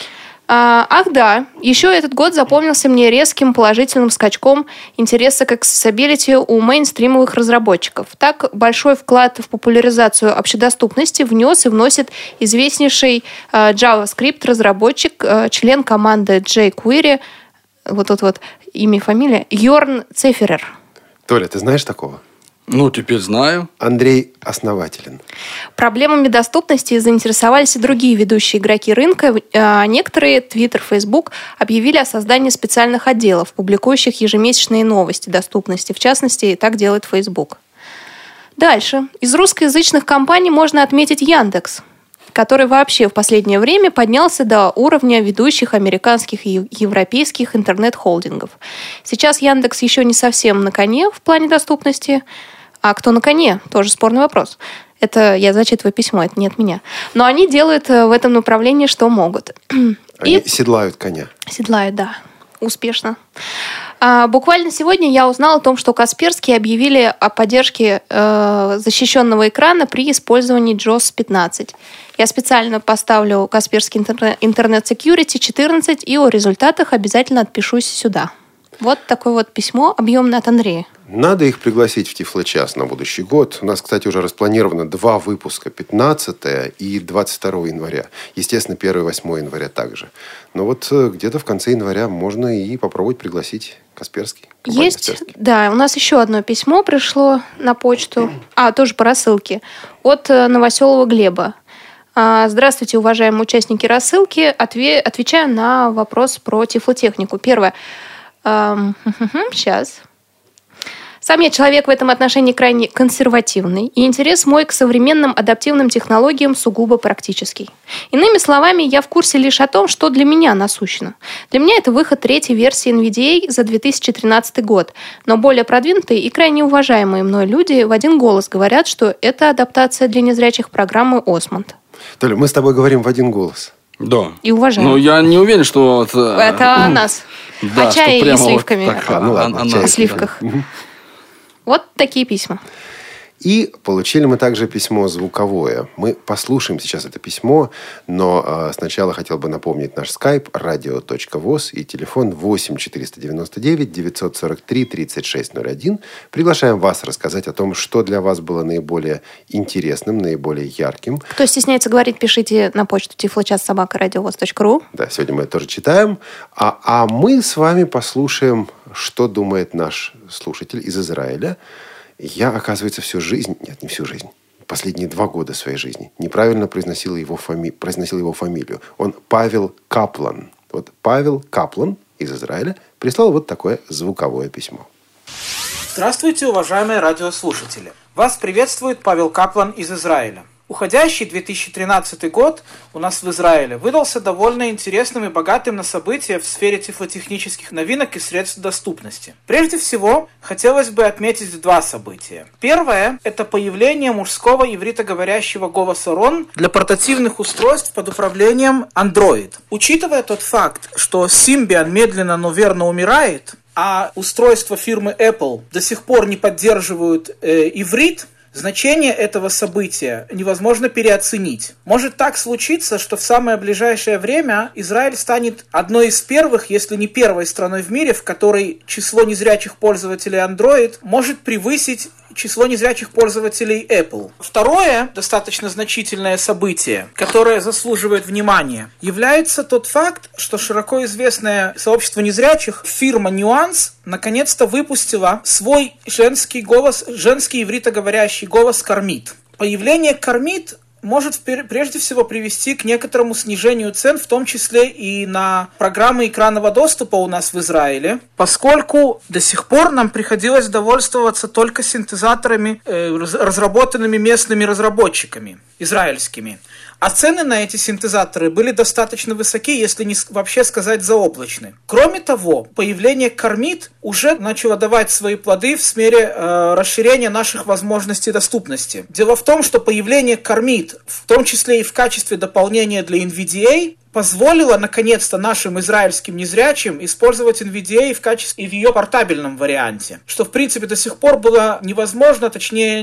Ах да, еще этот год запомнился мне резким положительным скачком интереса к accessibility у мейнстримовых разработчиков. Так, большой вклад в популяризацию общедоступности внес и вносит известнейший JavaScript-разработчик, член команды jQuery, вот тут вот имя и фамилия, Йорн Цеферер. Толя, ты знаешь такого? Ну, теперь знаю. Андрей основателен. Проблемами доступности заинтересовались и другие ведущие игроки рынка. Некоторые, Twitter, Facebook, объявили о создании специальных отделов, публикующих ежемесячные новости доступности. В частности, так делает Facebook. Дальше. Из русскоязычных компаний можно отметить Яндекс, который вообще в последнее время поднялся до уровня ведущих американских и европейских интернет-холдингов. Сейчас Яндекс еще не совсем на коне в плане доступности. А кто на коне? Тоже спорный вопрос. Это я зачитываю письмо, это не от меня. Но они делают в этом направлении, что могут. Они седлают коня. Седлают, да. Успешно. Буквально сегодня я узнала о том, что Касперские объявили о поддержке защищенного экрана при использовании JOS 15. Я специально поставлю Касперский Internet Security 14 и о результатах обязательно отпишусь сюда. Вот такое вот письмо объемное от Андрея. Надо их пригласить в Тифлочас на будущий год. У нас, кстати, уже распланировано 2 выпуска, 15 и 22 января. Естественно, 1 и 8 января также. Но вот где-то в конце января можно и попробовать пригласить Касперский. Есть, Касперский. Да, у нас еще одно письмо пришло на почту, тоже по рассылке, от Новоселова Глеба. Здравствуйте, уважаемые участники рассылки. Отвечаю на вопрос про тифлотехнику. Первое. Сейчас. Сам я человек в этом отношении крайне консервативный, и интерес мой к современным адаптивным технологиям сугубо практический. Иными словами, я в курсе лишь о том, что для меня насущно. Для меня это выход третьей версии NVDA за 2013 год, но более продвинутые и крайне уважаемые мной люди в один голос говорят, что это адаптация для незрячих программы Osmond. Толя, мы с тобой говорим в один голос. Да. И уважаем. Но я не уверен, что... Это о нас. Да, о чае и сливками. Вот так, ну ладно, о сливках. Да. Вот такие письма. И получили мы также письмо звуковое. Мы послушаем сейчас это письмо, но сначала хотел бы напомнить наш скайп radio.voz и телефон 8 499 943 3601. Приглашаем вас рассказать о том, что для вас было наиболее интересным, наиболее ярким. Кто стесняется говорить, пишите на почту tifloчас@radiovoz.ru. Да, сегодня мы это тоже читаем. А мы с вами послушаем, что думает наш слушатель из Израиля. Я, оказывается, всю жизнь, нет, не всю жизнь, последние 2 года своей жизни неправильно произносил его фамилию. Он Павел Каплан. Вот Павел Каплан из Израиля прислал вот такое звуковое письмо. Здравствуйте, уважаемые радиослушатели. Вас приветствует Павел Каплан из Израиля. Уходящий 2013 год у нас в Израиле выдался довольно интересным и богатым на события в сфере тифлотехнических новинок и средств доступности. Прежде всего, хотелось бы отметить 2 события. Первое – это появление мужского ивритоговорящего голоса Рон для портативных устройств под управлением Android. Учитывая тот факт, что Symbian медленно, но верно умирает, а устройства фирмы Apple до сих пор не поддерживают иврит, значение этого события невозможно переоценить. Может так случиться, что в самое ближайшее время Израиль станет одной из первых, если не первой страной в мире, в которой число незрячих пользователей Android может превысить число незрячих пользователей Apple. Второе, достаточно значительное событие, которое заслуживает внимания, является тот факт, что широко известное сообщество незрячих, фирма Nuance, наконец-то выпустила свой женский ивритоговорящий голос Кармит. Появление Кармит может прежде всего привести к некоторому снижению цен, в том числе и на программы экранного доступа у нас в Израиле, поскольку до сих пор нам приходилось довольствоваться только синтезаторами, разработанными местными разработчиками, израильскими. А цены на эти синтезаторы были достаточно высоки, если не вообще сказать заоблачны. Кроме того, появление Кармит уже начало давать свои плоды в сфере расширения наших возможностей доступности. Дело в том, что появление Кармит, в том числе и в качестве дополнения для NVDA, позволило, наконец-то, нашим израильским незрячим использовать NVDA в ее портабельном варианте, что, в принципе, до сих пор было невозможно, точнее,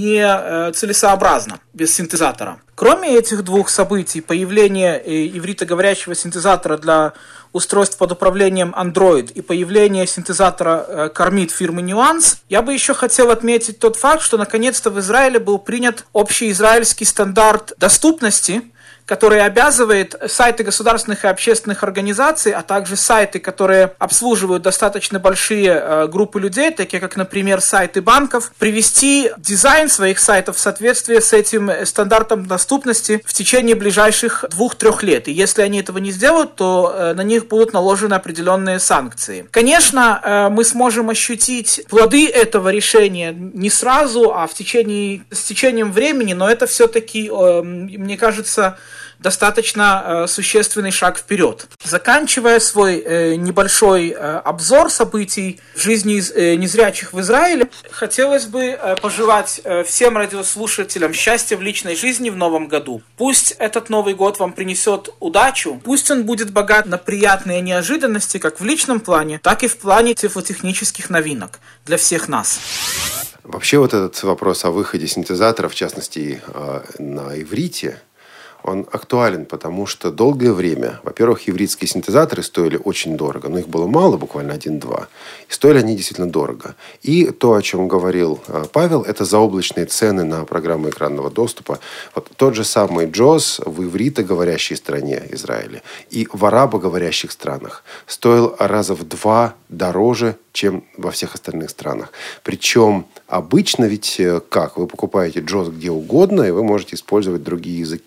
не целесообразно без синтезатора. Кроме этих 2 событий, появление ивритоговорящего синтезатора для устройств под управлением Android и появление синтезатора Кармит фирмы Nuance, я бы еще хотел отметить тот факт, что, наконец-то, в Израиле был принят общий израильский стандарт доступности, который обязывает сайты государственных и общественных организаций, а также сайты, которые обслуживают достаточно большие группы людей, такие как, например, сайты банков, привести дизайн своих сайтов в соответствие с этим стандартом доступности в течение ближайших 2-3 лет. И если они этого не сделают, то на них будут наложены определенные санкции. Конечно, мы сможем ощутить плоды этого решения не сразу, а с течением времени, но это все-таки, мне кажется, достаточно существенный шаг вперед. Заканчивая свой небольшой обзор событий в жизни незрячих в Израиле, хотелось бы пожелать всем радиослушателям счастья в личной жизни в новом году. Пусть этот Новый год вам принесет удачу, пусть он будет богат на приятные неожиданности как в личном плане, так и в плане тифлотехнических новинок для всех нас. Вообще вот этот вопрос о выходе синтезатора, в частности на иврите, он актуален, потому что долгое время, во-первых, ивритские синтезаторы стоили очень дорого, но их было мало, буквально 1-2, и стоили они действительно дорого. И то, о чем говорил Павел, это заоблачные цены на программы экранного доступа. Вот тот же самый JAWS в ивритоговорящей стране Израиля и в арабоговорящих странах стоил раза в 2 дороже, чем во всех остальных странах. Причем обычно ведь как? Вы покупаете JAWS где угодно, и вы можете использовать другие языки.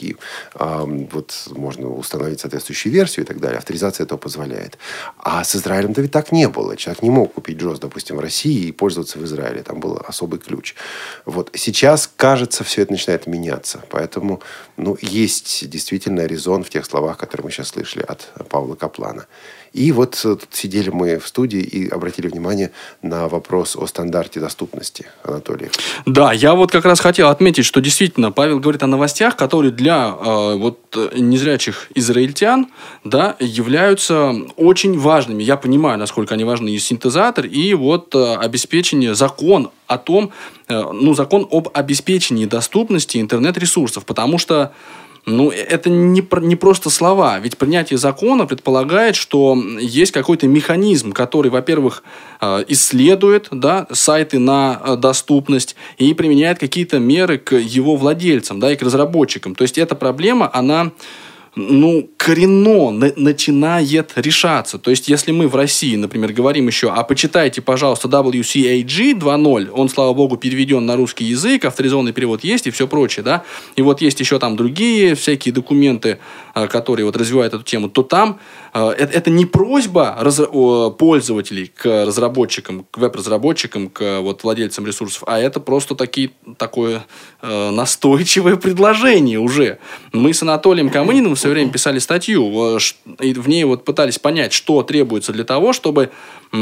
вот можно установить соответствующую версию и так далее. Авторизация этого позволяет. А с Израилем-то ведь так не было. Человек не мог купить JAWS, допустим, в России и пользоваться в Израиле. Там был особый ключ. Вот. Сейчас, кажется, все это начинает меняться. Поэтому есть действительно резон в тех словах, которые мы сейчас слышали от Павла Каплана. И вот тут сидели мы в студии и обратили внимание на вопрос о стандарте доступности, Анатолий. Да, я вот как раз хотел отметить, что действительно Павел говорит о новостях, которые для незрячих израильтян, да, являются очень важными. Я понимаю, насколько они важны, и синтезатор, и вот обеспечение, закон о том, закон об обеспечении доступности интернет-ресурсов, потому что это не просто слова. Ведь принятие закона предполагает, что есть какой-то механизм, который, во-первых, исследует, да, сайты на доступность и применяет какие-то меры к его владельцам, да, и к разработчикам. То есть, эта проблема, она коренно начинает решаться. То есть, если мы в России, например, говорим еще, почитайте, пожалуйста, WCAG 2.0, он, слава богу, переведен на русский язык, авторизованный перевод есть и все прочее, да, и вот есть еще там другие всякие документы, которые вот развивают эту тему, то там это не просьба пользователей к разработчикам, к веб-разработчикам, к вот владельцам ресурсов, а это просто такое настойчивое предложение уже. Мы с Анатолием Камыниным в свое время писали статью, и в ней вот пытались понять, что требуется для того, чтобы...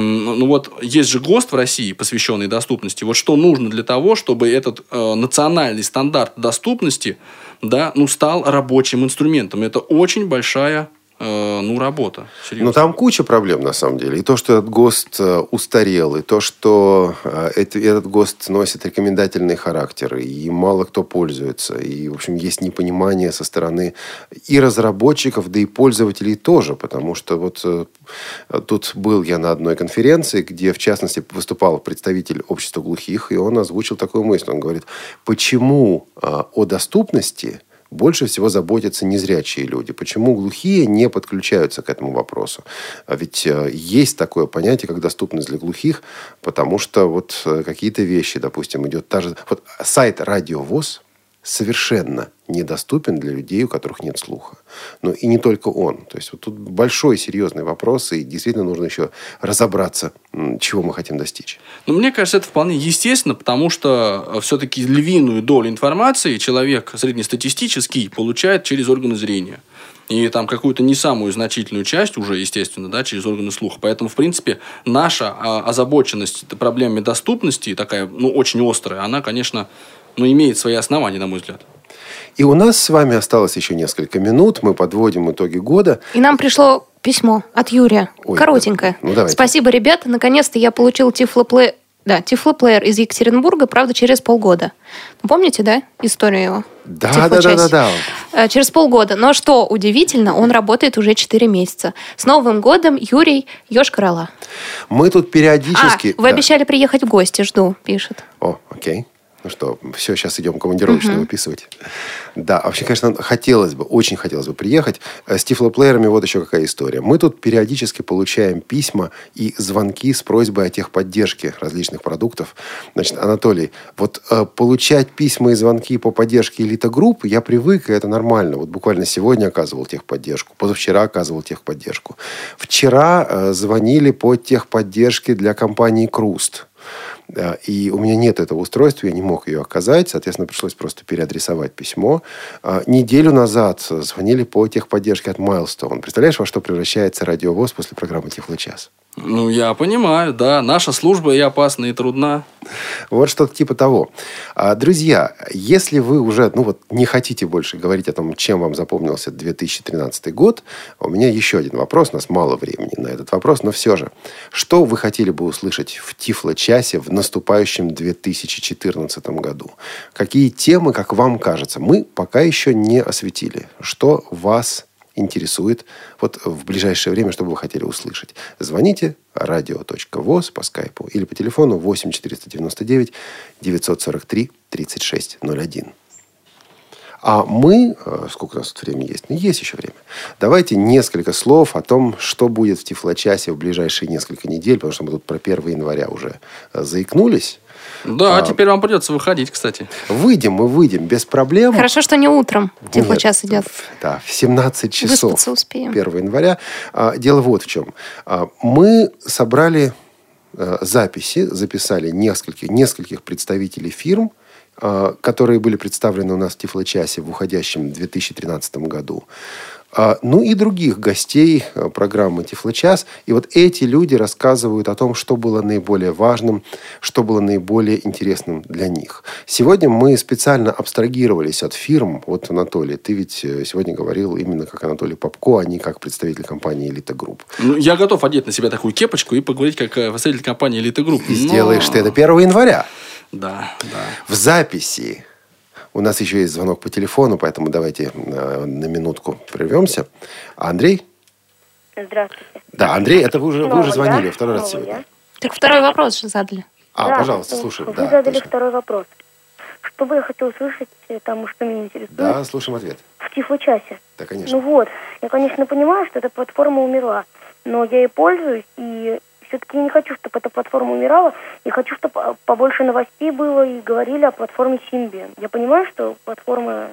есть же ГОСТ в России, посвященный доступности. Вот что нужно для того, чтобы этот национальный стандарт доступности, да, стал рабочим инструментом. Это очень большая работа. Серьезно. Там куча проблем, на самом деле. И то, что этот ГОСТ устарел, и то, что этот ГОСТ носит рекомендательный характер, и мало кто пользуется. И, в общем, есть непонимание со стороны и разработчиков, да и пользователей тоже. Потому что вот тут был я на одной конференции, где, в частности, выступал представитель общества глухих, и он озвучил такую мысль. Он говорит, почему о доступности больше всего заботятся незрячие люди. Почему глухие не подключаются к этому вопросу? Ведь есть такое понятие, как доступность для глухих, потому что вот какие-то вещи, допустим, идет та же... Вот сайт Радио ВОС совершенно недоступен для людей, у которых нет слуха. Но и не только он. То есть вот тут большой серьезный вопрос, и действительно нужно еще разобраться, чего мы хотим достичь. Мне кажется, это вполне естественно, потому что все-таки львиную долю информации человек среднестатистический получает через органы зрения. И там какую-то не самую значительную часть уже, естественно, да, через органы слуха. Поэтому, в принципе, наша озабоченность проблемами доступности, такая, очень острая, она, конечно, имеет свои основания, на мой взгляд. И у нас с вами осталось еще несколько минут. Мы подводим итоги года. И нам пришло письмо от Юрия. Коротенькое. Давайте. Спасибо, ребята. Наконец-то я получил тифлоплеер из Екатеринбурга, правда, через полгода. Помните, да, историю его? Да. Через полгода. Но что удивительно, он работает уже 4 месяца. С Новым годом, Юрий Йошкар-Ола. Мы тут периодически... Вы обещали приехать в гости, жду, пишет. Окей. Что, все, сейчас идем командировочные выписывать. Да, вообще, конечно, очень хотелось бы приехать. С тифлоплеерами вот еще какая история. Мы тут периодически получаем письма и звонки с просьбой о техподдержке различных продуктов. Значит, Анатолий, вот получать письма и звонки по поддержке элита-групп я привык, и это нормально. Вот буквально сегодня оказывал техподдержку, позавчера оказывал техподдержку. Вчера звонили по техподдержке для компании «Круст». И у меня нет этого устройства, я не мог ее оказать, соответственно, пришлось просто переадресовать письмо. Неделю назад звонили по техподдержке от Milestone. Представляешь, во что превращается Радио ВОС после программы «Тифлочас»? Я понимаю, да. Наша служба и опасна, и трудна. Вот что-то типа того. Друзья, если вы уже не хотите больше говорить о том, чем вам запомнился 2013 год, у меня еще один вопрос. У нас мало времени на этот вопрос, но все же. Что вы хотели бы услышать в Тифлочасе в наступающем 2014 году? Какие темы, как вам кажется, мы пока еще не осветили? Что вас интересует вот в ближайшее время, что бы вы хотели услышать? Звоните radio.voz по скайпу или по телефону 8 499 943 3601. А мы, сколько у нас тут времени есть? Ну, есть еще время. Давайте несколько слов о том, что будет в Тифлочасе в ближайшие несколько недель, потому что мы тут про 1 января уже заикнулись. Да, теперь вам придется выходить, кстати. Мы выйдем без проблем. Хорошо, что не утром Тифлочас идет. Да, в 17 часов. Выспаться успеем. 1 января. Дело вот в чем. Мы собрали записали нескольких представителей фирм, которые были представлены у нас в Тифлочасе в уходящем 2013 году. Ну и других гостей программы «Тифлочас». И вот эти люди рассказывают о том, что было наиболее важным, что было наиболее интересным для них. Сегодня мы специально абстрагировались от фирм. Вот, Анатолий, ты ведь сегодня говорил именно как Анатолий Попко, а не как представитель компании «Элита Групп». Ну, я готов одеть на себя такую кепочку и поговорить как представитель компании «Элита Групп». И сделаешь ты это 1 января. Да. В записи. У нас еще есть звонок по телефону, поэтому давайте на минутку прервемся. Андрей? Здравствуйте. Да, Андрей, это вы уже звонили второй раз сегодня. Так второй вопрос же задали. Да, пожалуйста, слушаем. Вы задали второй вопрос. Что бы я хотел услышать, там, что меня интересует? Да, слушаем ответ. В Тифлочасе. Да, конечно. Ну вот, я, конечно, понимаю, что эта платформа умерла, но я ей пользуюсь, и все-таки не хочу, чтобы эта платформа умирала. Я хочу, чтобы побольше новостей было и говорили о платформе Symbian. Я понимаю, что платформа...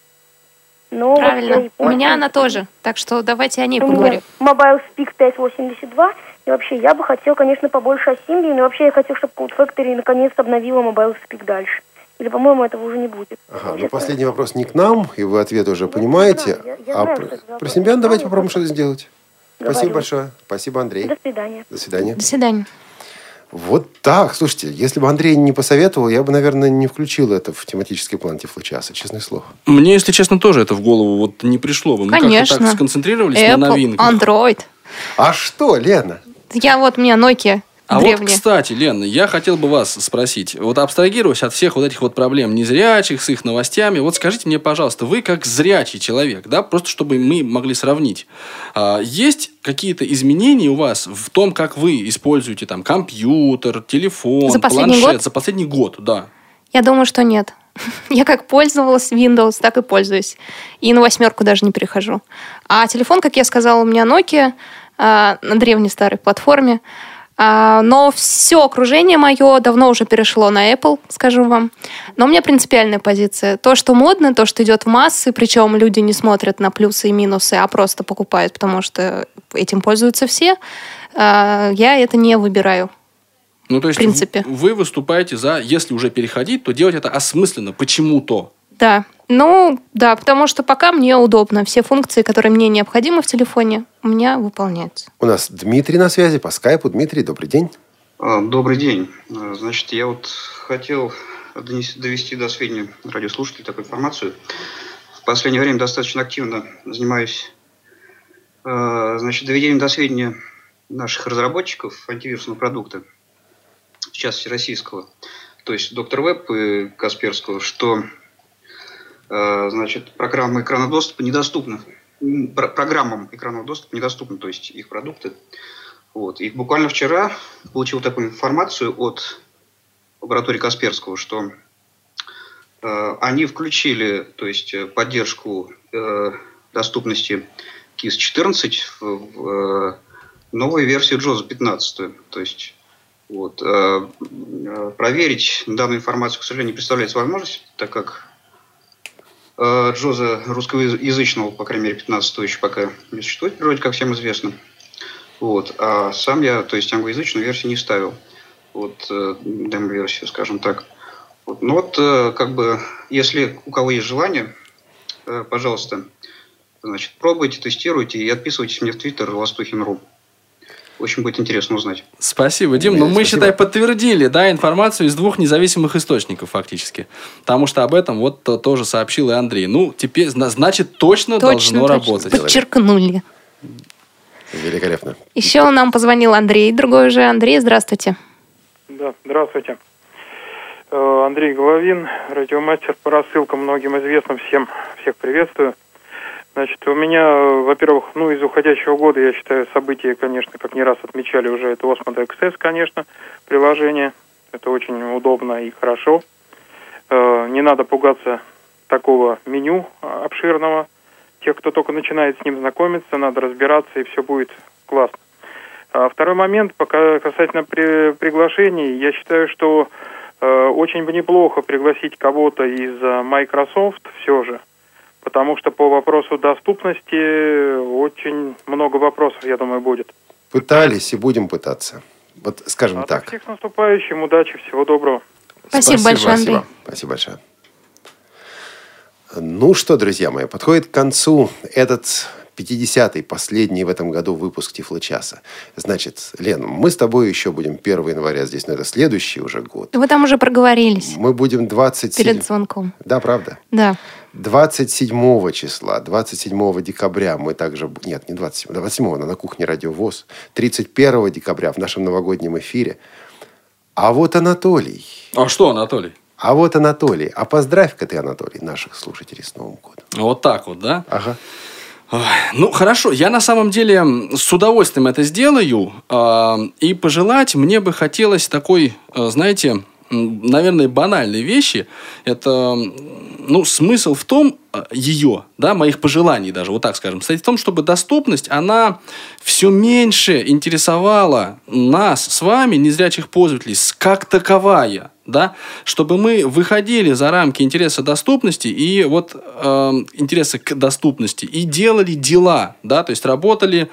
Но правильно. Вот у меня она тоже. Так что давайте о ней поговорим. Mobile Speak 582. И вообще, я бы хотел, конечно, побольше о Symbian. И вообще, я хотел, чтобы Code Factory наконец обновила Mobile Speak дальше. Или, по-моему, этого уже не будет. Ага, ну последний вопрос не к нам, и вы ответ уже понимаете. Про Symbian давайте попробуем что-то сделать. Спасибо большое. Спасибо, Андрей. До свидания. До свидания. До свидания. Вот так. Слушайте, если бы Андрей не посоветовал, я бы, наверное, не включил это в тематический план Тифлочаса, честное слово. Мне, если честно, тоже это в голову вот не пришло бы. Мы конечно. как-то так сконцентрировались Apple, на новинках. Android. А что, Лена? У меня Nokia. А древняя. вот, кстати, Лена, я хотел бы вас спросить. Вот абстрагируясь от всех вот этих вот проблем незрячих с их новостями, вот скажите мне, пожалуйста, вы как зрячий человек, да, просто чтобы мы могли сравнить, есть какие-то изменения у вас в том, как вы используете там компьютер, телефон, планшет за последний год, да? Я думаю, что нет. Я как пользовалась Windows, так и пользуюсь. И на 8 даже не перехожу. А телефон, как я сказала, у меня Nokia на древней старой платформе. Но все окружение мое давно уже перешло на Apple, скажу вам. Но у меня принципиальная позиция. То, что модно, то, что идет в массы, причем люди не смотрят на плюсы и минусы, а просто покупают, потому что этим пользуются все, я это не выбираю. Ну, то есть в принципе. Вы выступаете за, если уже переходить, то делать это осмысленно, почему-то. Да. Да, потому что пока мне удобно. Все функции, которые мне необходимы в телефоне, у меня выполняются. У нас Дмитрий на связи по скайпу. Дмитрий, добрый день. Добрый день. Значит, я вот хотел довести до сведения радиослушателей такую информацию. В последнее время достаточно активно занимаюсь доведением до сведения наших разработчиков антивирусного продукта, в частности российского, то есть Доктор Веб и Касперского, что программы экранного доступа недоступны. Программам экранного доступа недоступны, то есть их продукты. Вот. И буквально вчера получил такую информацию от лаборатории Касперского, что они включили, то есть, поддержку доступности KISS-14 в новую версию JOSA 15. То есть, вот, проверить данную информацию, к сожалению, не представляется возможность, так как JOSA русскоязычного, по крайней мере, 15 еще пока не существует в природе, как всем известно. Вот. А сам я, то есть, англоязычную версию не ставил. Вот, демо-версию, скажем так. Вот. Ну вот, если у кого есть желание, пожалуйста, пробуйте, тестируйте и отписывайтесь мне в Твиттер Ластухин.ру. Очень будет интересно узнать. Спасибо, Дим. Мы, считай, подтвердили, информацию из 2 независимых источников фактически. Потому что об этом вот тоже сообщил и Андрей. Ну, теперь, значит, точно должно работать. Подчеркнули. Великолепно. Еще нам позвонил Андрей, другой уже. Андрей, здравствуйте. Да, здравствуйте. Андрей Головин, радиомастер по рассылкам, многим известным, всех приветствую. Значит, у меня, во-первых, из уходящего года, я считаю, события, конечно, как не раз отмечали уже, это Osmond XS, конечно, приложение. Это очень удобно и хорошо. Не надо пугаться такого меню обширного. Тех, кто только начинает с ним знакомиться, надо разбираться, и все будет классно. Второй момент, пока касательно приглашений, я считаю, что очень бы неплохо пригласить кого-то из Microsoft все же, потому что по вопросу доступности очень много вопросов, я думаю, будет. Пытались и будем пытаться. Вот скажем так. Всех с наступающим, удачи, всего доброго. Спасибо большое, Андрей. Спасибо большое. Ну что, друзья мои, подходит к концу этот 50-й, последний в этом году выпуск Тифлочаса. Значит, Лен, мы с тобой еще будем 1 января здесь, но это следующий уже год. Вы там уже проговорились. Мы будем 27... Перед звонком. Да, правда? Да. 27 числа, 27 декабря мы также... Нет, не 27, 27 на кухне Радио ВОС. 31 декабря в нашем новогоднем эфире. А вот Анатолий. А что Анатолий? А вот Анатолий. А поздравь-ка ты, Анатолий, наших слушателей с Новым годом. Вот так вот, да? Ага. Ну, хорошо. Я на самом деле с удовольствием это сделаю. И пожелать мне бы хотелось такой, знаете, наверное, банальной вещи. Это, смысл в том, моих пожеланий даже, вот так скажем, состоит в том, чтобы доступность, она все меньше интересовала нас с вами, незрячих пользователей, как таковая. Да, чтобы мы выходили за рамки интереса доступности и интереса к доступности и делали дела, да, то есть работали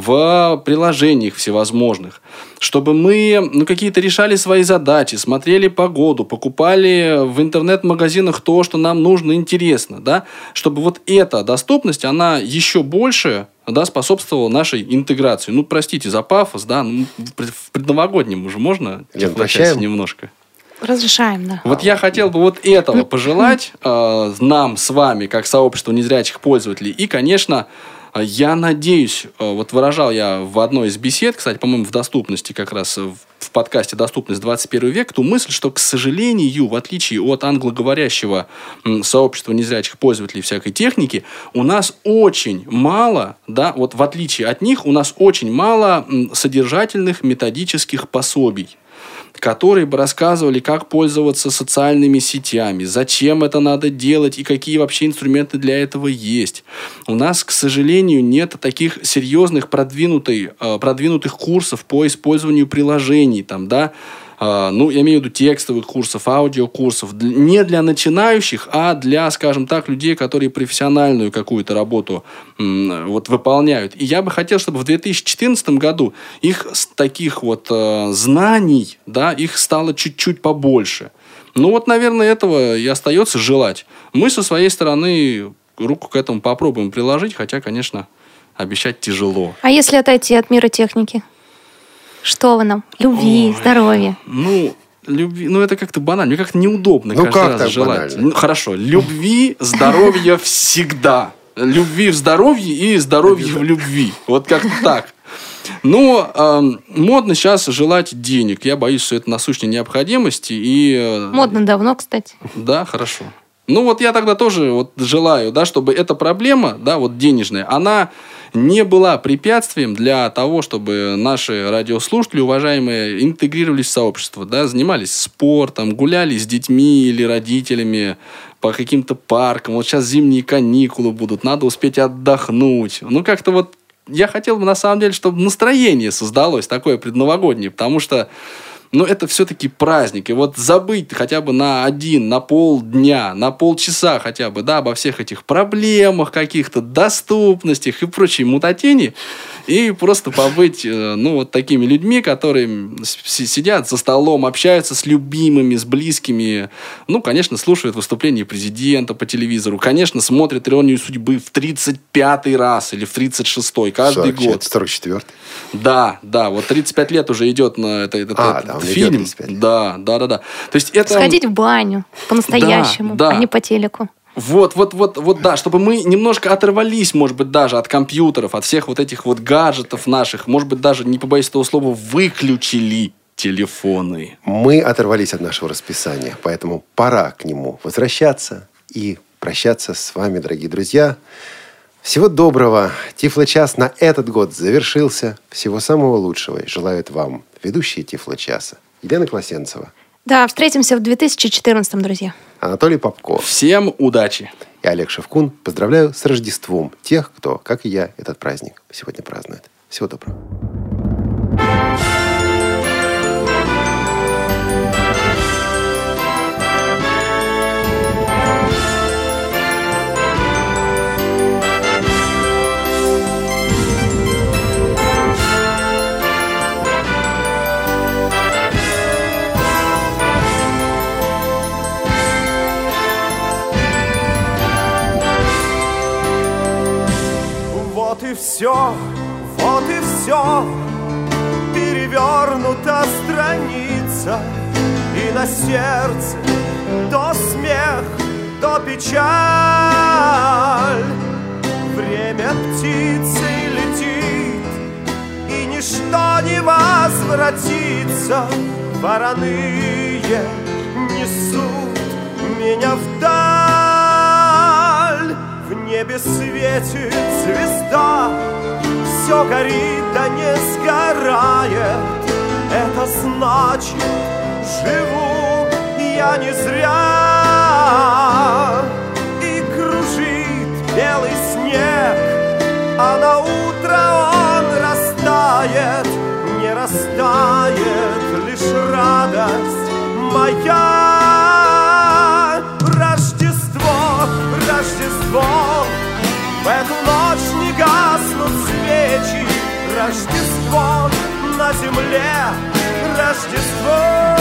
в приложениях всевозможных, чтобы мы какие-то решали свои задачи, смотрели погоду, покупали в интернет-магазинах то, что нам нужно, интересно, да, чтобы вот эта доступность, она еще больше способствовала нашей интеграции. Простите за пафос, да, в предновогоднем уже можно прощаем немножко. Разрешаем, да. Вот я хотел бы вот этого пожелать нам с вами, как сообществу незрячих пользователей. И, конечно, я надеюсь, выражал я в одной из бесед, кстати, по-моему, в доступности, как раз в подкасте «Доступность 21 век», ту мысль, что, к сожалению, в отличие от англоговорящего сообщества незрячих пользователей всякой техники, у нас очень мало, да, вот в отличие от них, у нас очень мало содержательных методических пособий, которые бы рассказывали, как пользоваться социальными сетями, зачем это надо делать и какие вообще инструменты для этого есть. У нас, к сожалению, нет таких серьезных продвинутых курсов по использованию приложений, я имею в виду текстовых курсов, аудиокурсов, не для начинающих, а для, скажем так, людей, которые профессиональную какую-то работу выполняют. И я бы хотел, чтобы в 2014 году их таких знаний, да, их стало чуть-чуть побольше. Наверное, этого и остается желать. Мы со своей стороны руку к этому попробуем приложить, хотя, конечно, обещать тяжело. А если отойти от мира техники? Что вы нам? Любви, здоровья. Любви, это как-то банально. Мне как-то неудобно каждый раз желать. Хорошо. Любви, здоровья всегда. Любви в здоровье и здоровье в любви. Вот как-то так. Но модно сейчас желать денег. Я боюсь, что это насущная необходимость. Модно давно, кстати. Да, хорошо. Я тогда тоже желаю, да, чтобы эта проблема, да, денежная, она не была препятствием для того, чтобы наши радиослушатели, уважаемые, интегрировались в сообщество, да, занимались спортом, гуляли с детьми или родителями по каким-то паркам. Вот сейчас зимние каникулы будут, надо успеть отдохнуть. Как-то я хотел бы, на самом деле, чтобы настроение создалось такое предновогоднее, потому что это все-таки праздник. И забыть хотя бы на полдня, на полчаса хотя бы, да, обо всех этих проблемах каких-то, доступностях и прочей мутатени. И просто побыть, такими людьми, которые сидят за столом, общаются с любимыми, с близкими. Конечно, слушают выступления президента по телевизору. Конечно, смотрят «Иронию судьбы» в 35-й раз или в 36-й каждый год. 44-й. Да, 35 лет уже идет на этот фильм. Да. То есть это... Сходить в баню по-настоящему, а не по телеку. Да, чтобы мы немножко оторвались, может быть, даже от компьютеров, от всех этих гаджетов наших, может быть, даже, не побоюсь этого слова, выключили телефоны. Мы оторвались от нашего расписания, поэтому пора к нему возвращаться и прощаться с вами, дорогие друзья. Всего доброго. Тифлочас на этот год завершился. Всего самого лучшего желают вам ведущие Тифлочаса Елена Класенцева, Да, встретимся в 2014, друзья. Анатолий Попков. Всем удачи. И Олег Шевкун. Поздравляю с Рождеством тех, кто, как и я, этот праздник сегодня празднует. Всего доброго. Вот и все, перевернута страница, и на сердце то смех, то печаль. Время птицей летит, и ничто не возвратится. Вороные несут меня вдаль. В небе светит звезда, все горит, да не сгорает. Это значит, живу я не зря. И кружит белый снег, а на утро он растает. Не растает лишь радость моя. Рождество, в эту ночь не гаснут свечи. Рождество на земле, Рождество,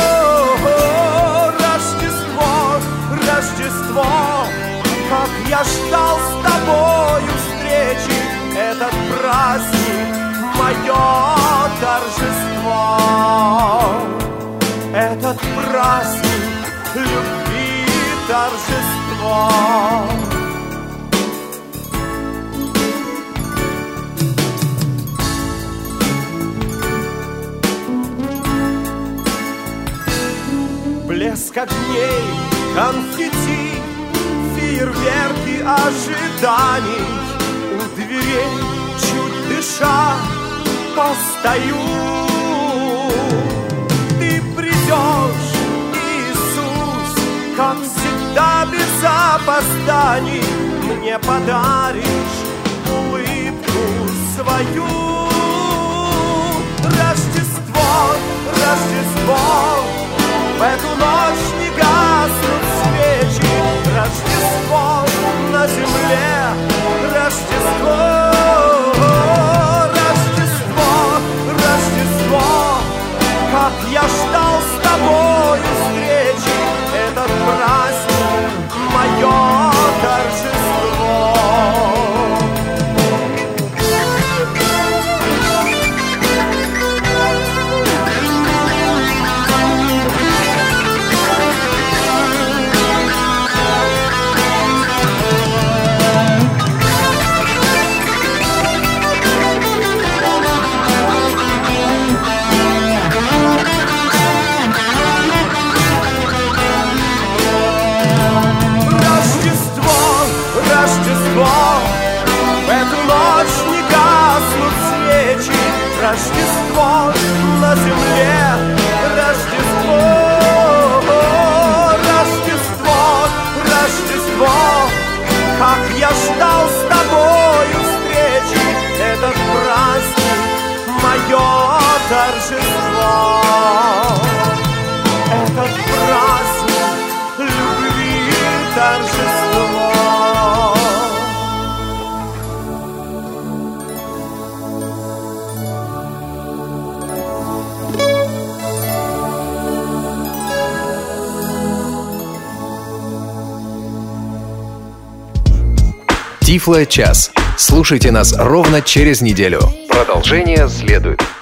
Рождество, как я ждал с тобою встречи. Этот праздник — мое торжество. Этот праздник любви, торжество. Блеск огней, конфетти, фейерверки ожиданий. У дверей, чуть дыша, постою. Ты придешь, Иисус, как всегда без опозданий. Мне подаришь улыбку свою. Рождество, Рождество, в эту ночь не гаснут свечи. Рождество на земле, Рождество, Рождество, Рождество, как я ждал с тобою встречи. Этот праздник — мое торжество. Рождество на земле, Рождество, Рождество, Рождество, как я ждал с тобою встречи. Этот праздник — мое торжество. Этот праздник любви, торжество. Тифло час. Слушайте нас ровно через неделю. Продолжение следует.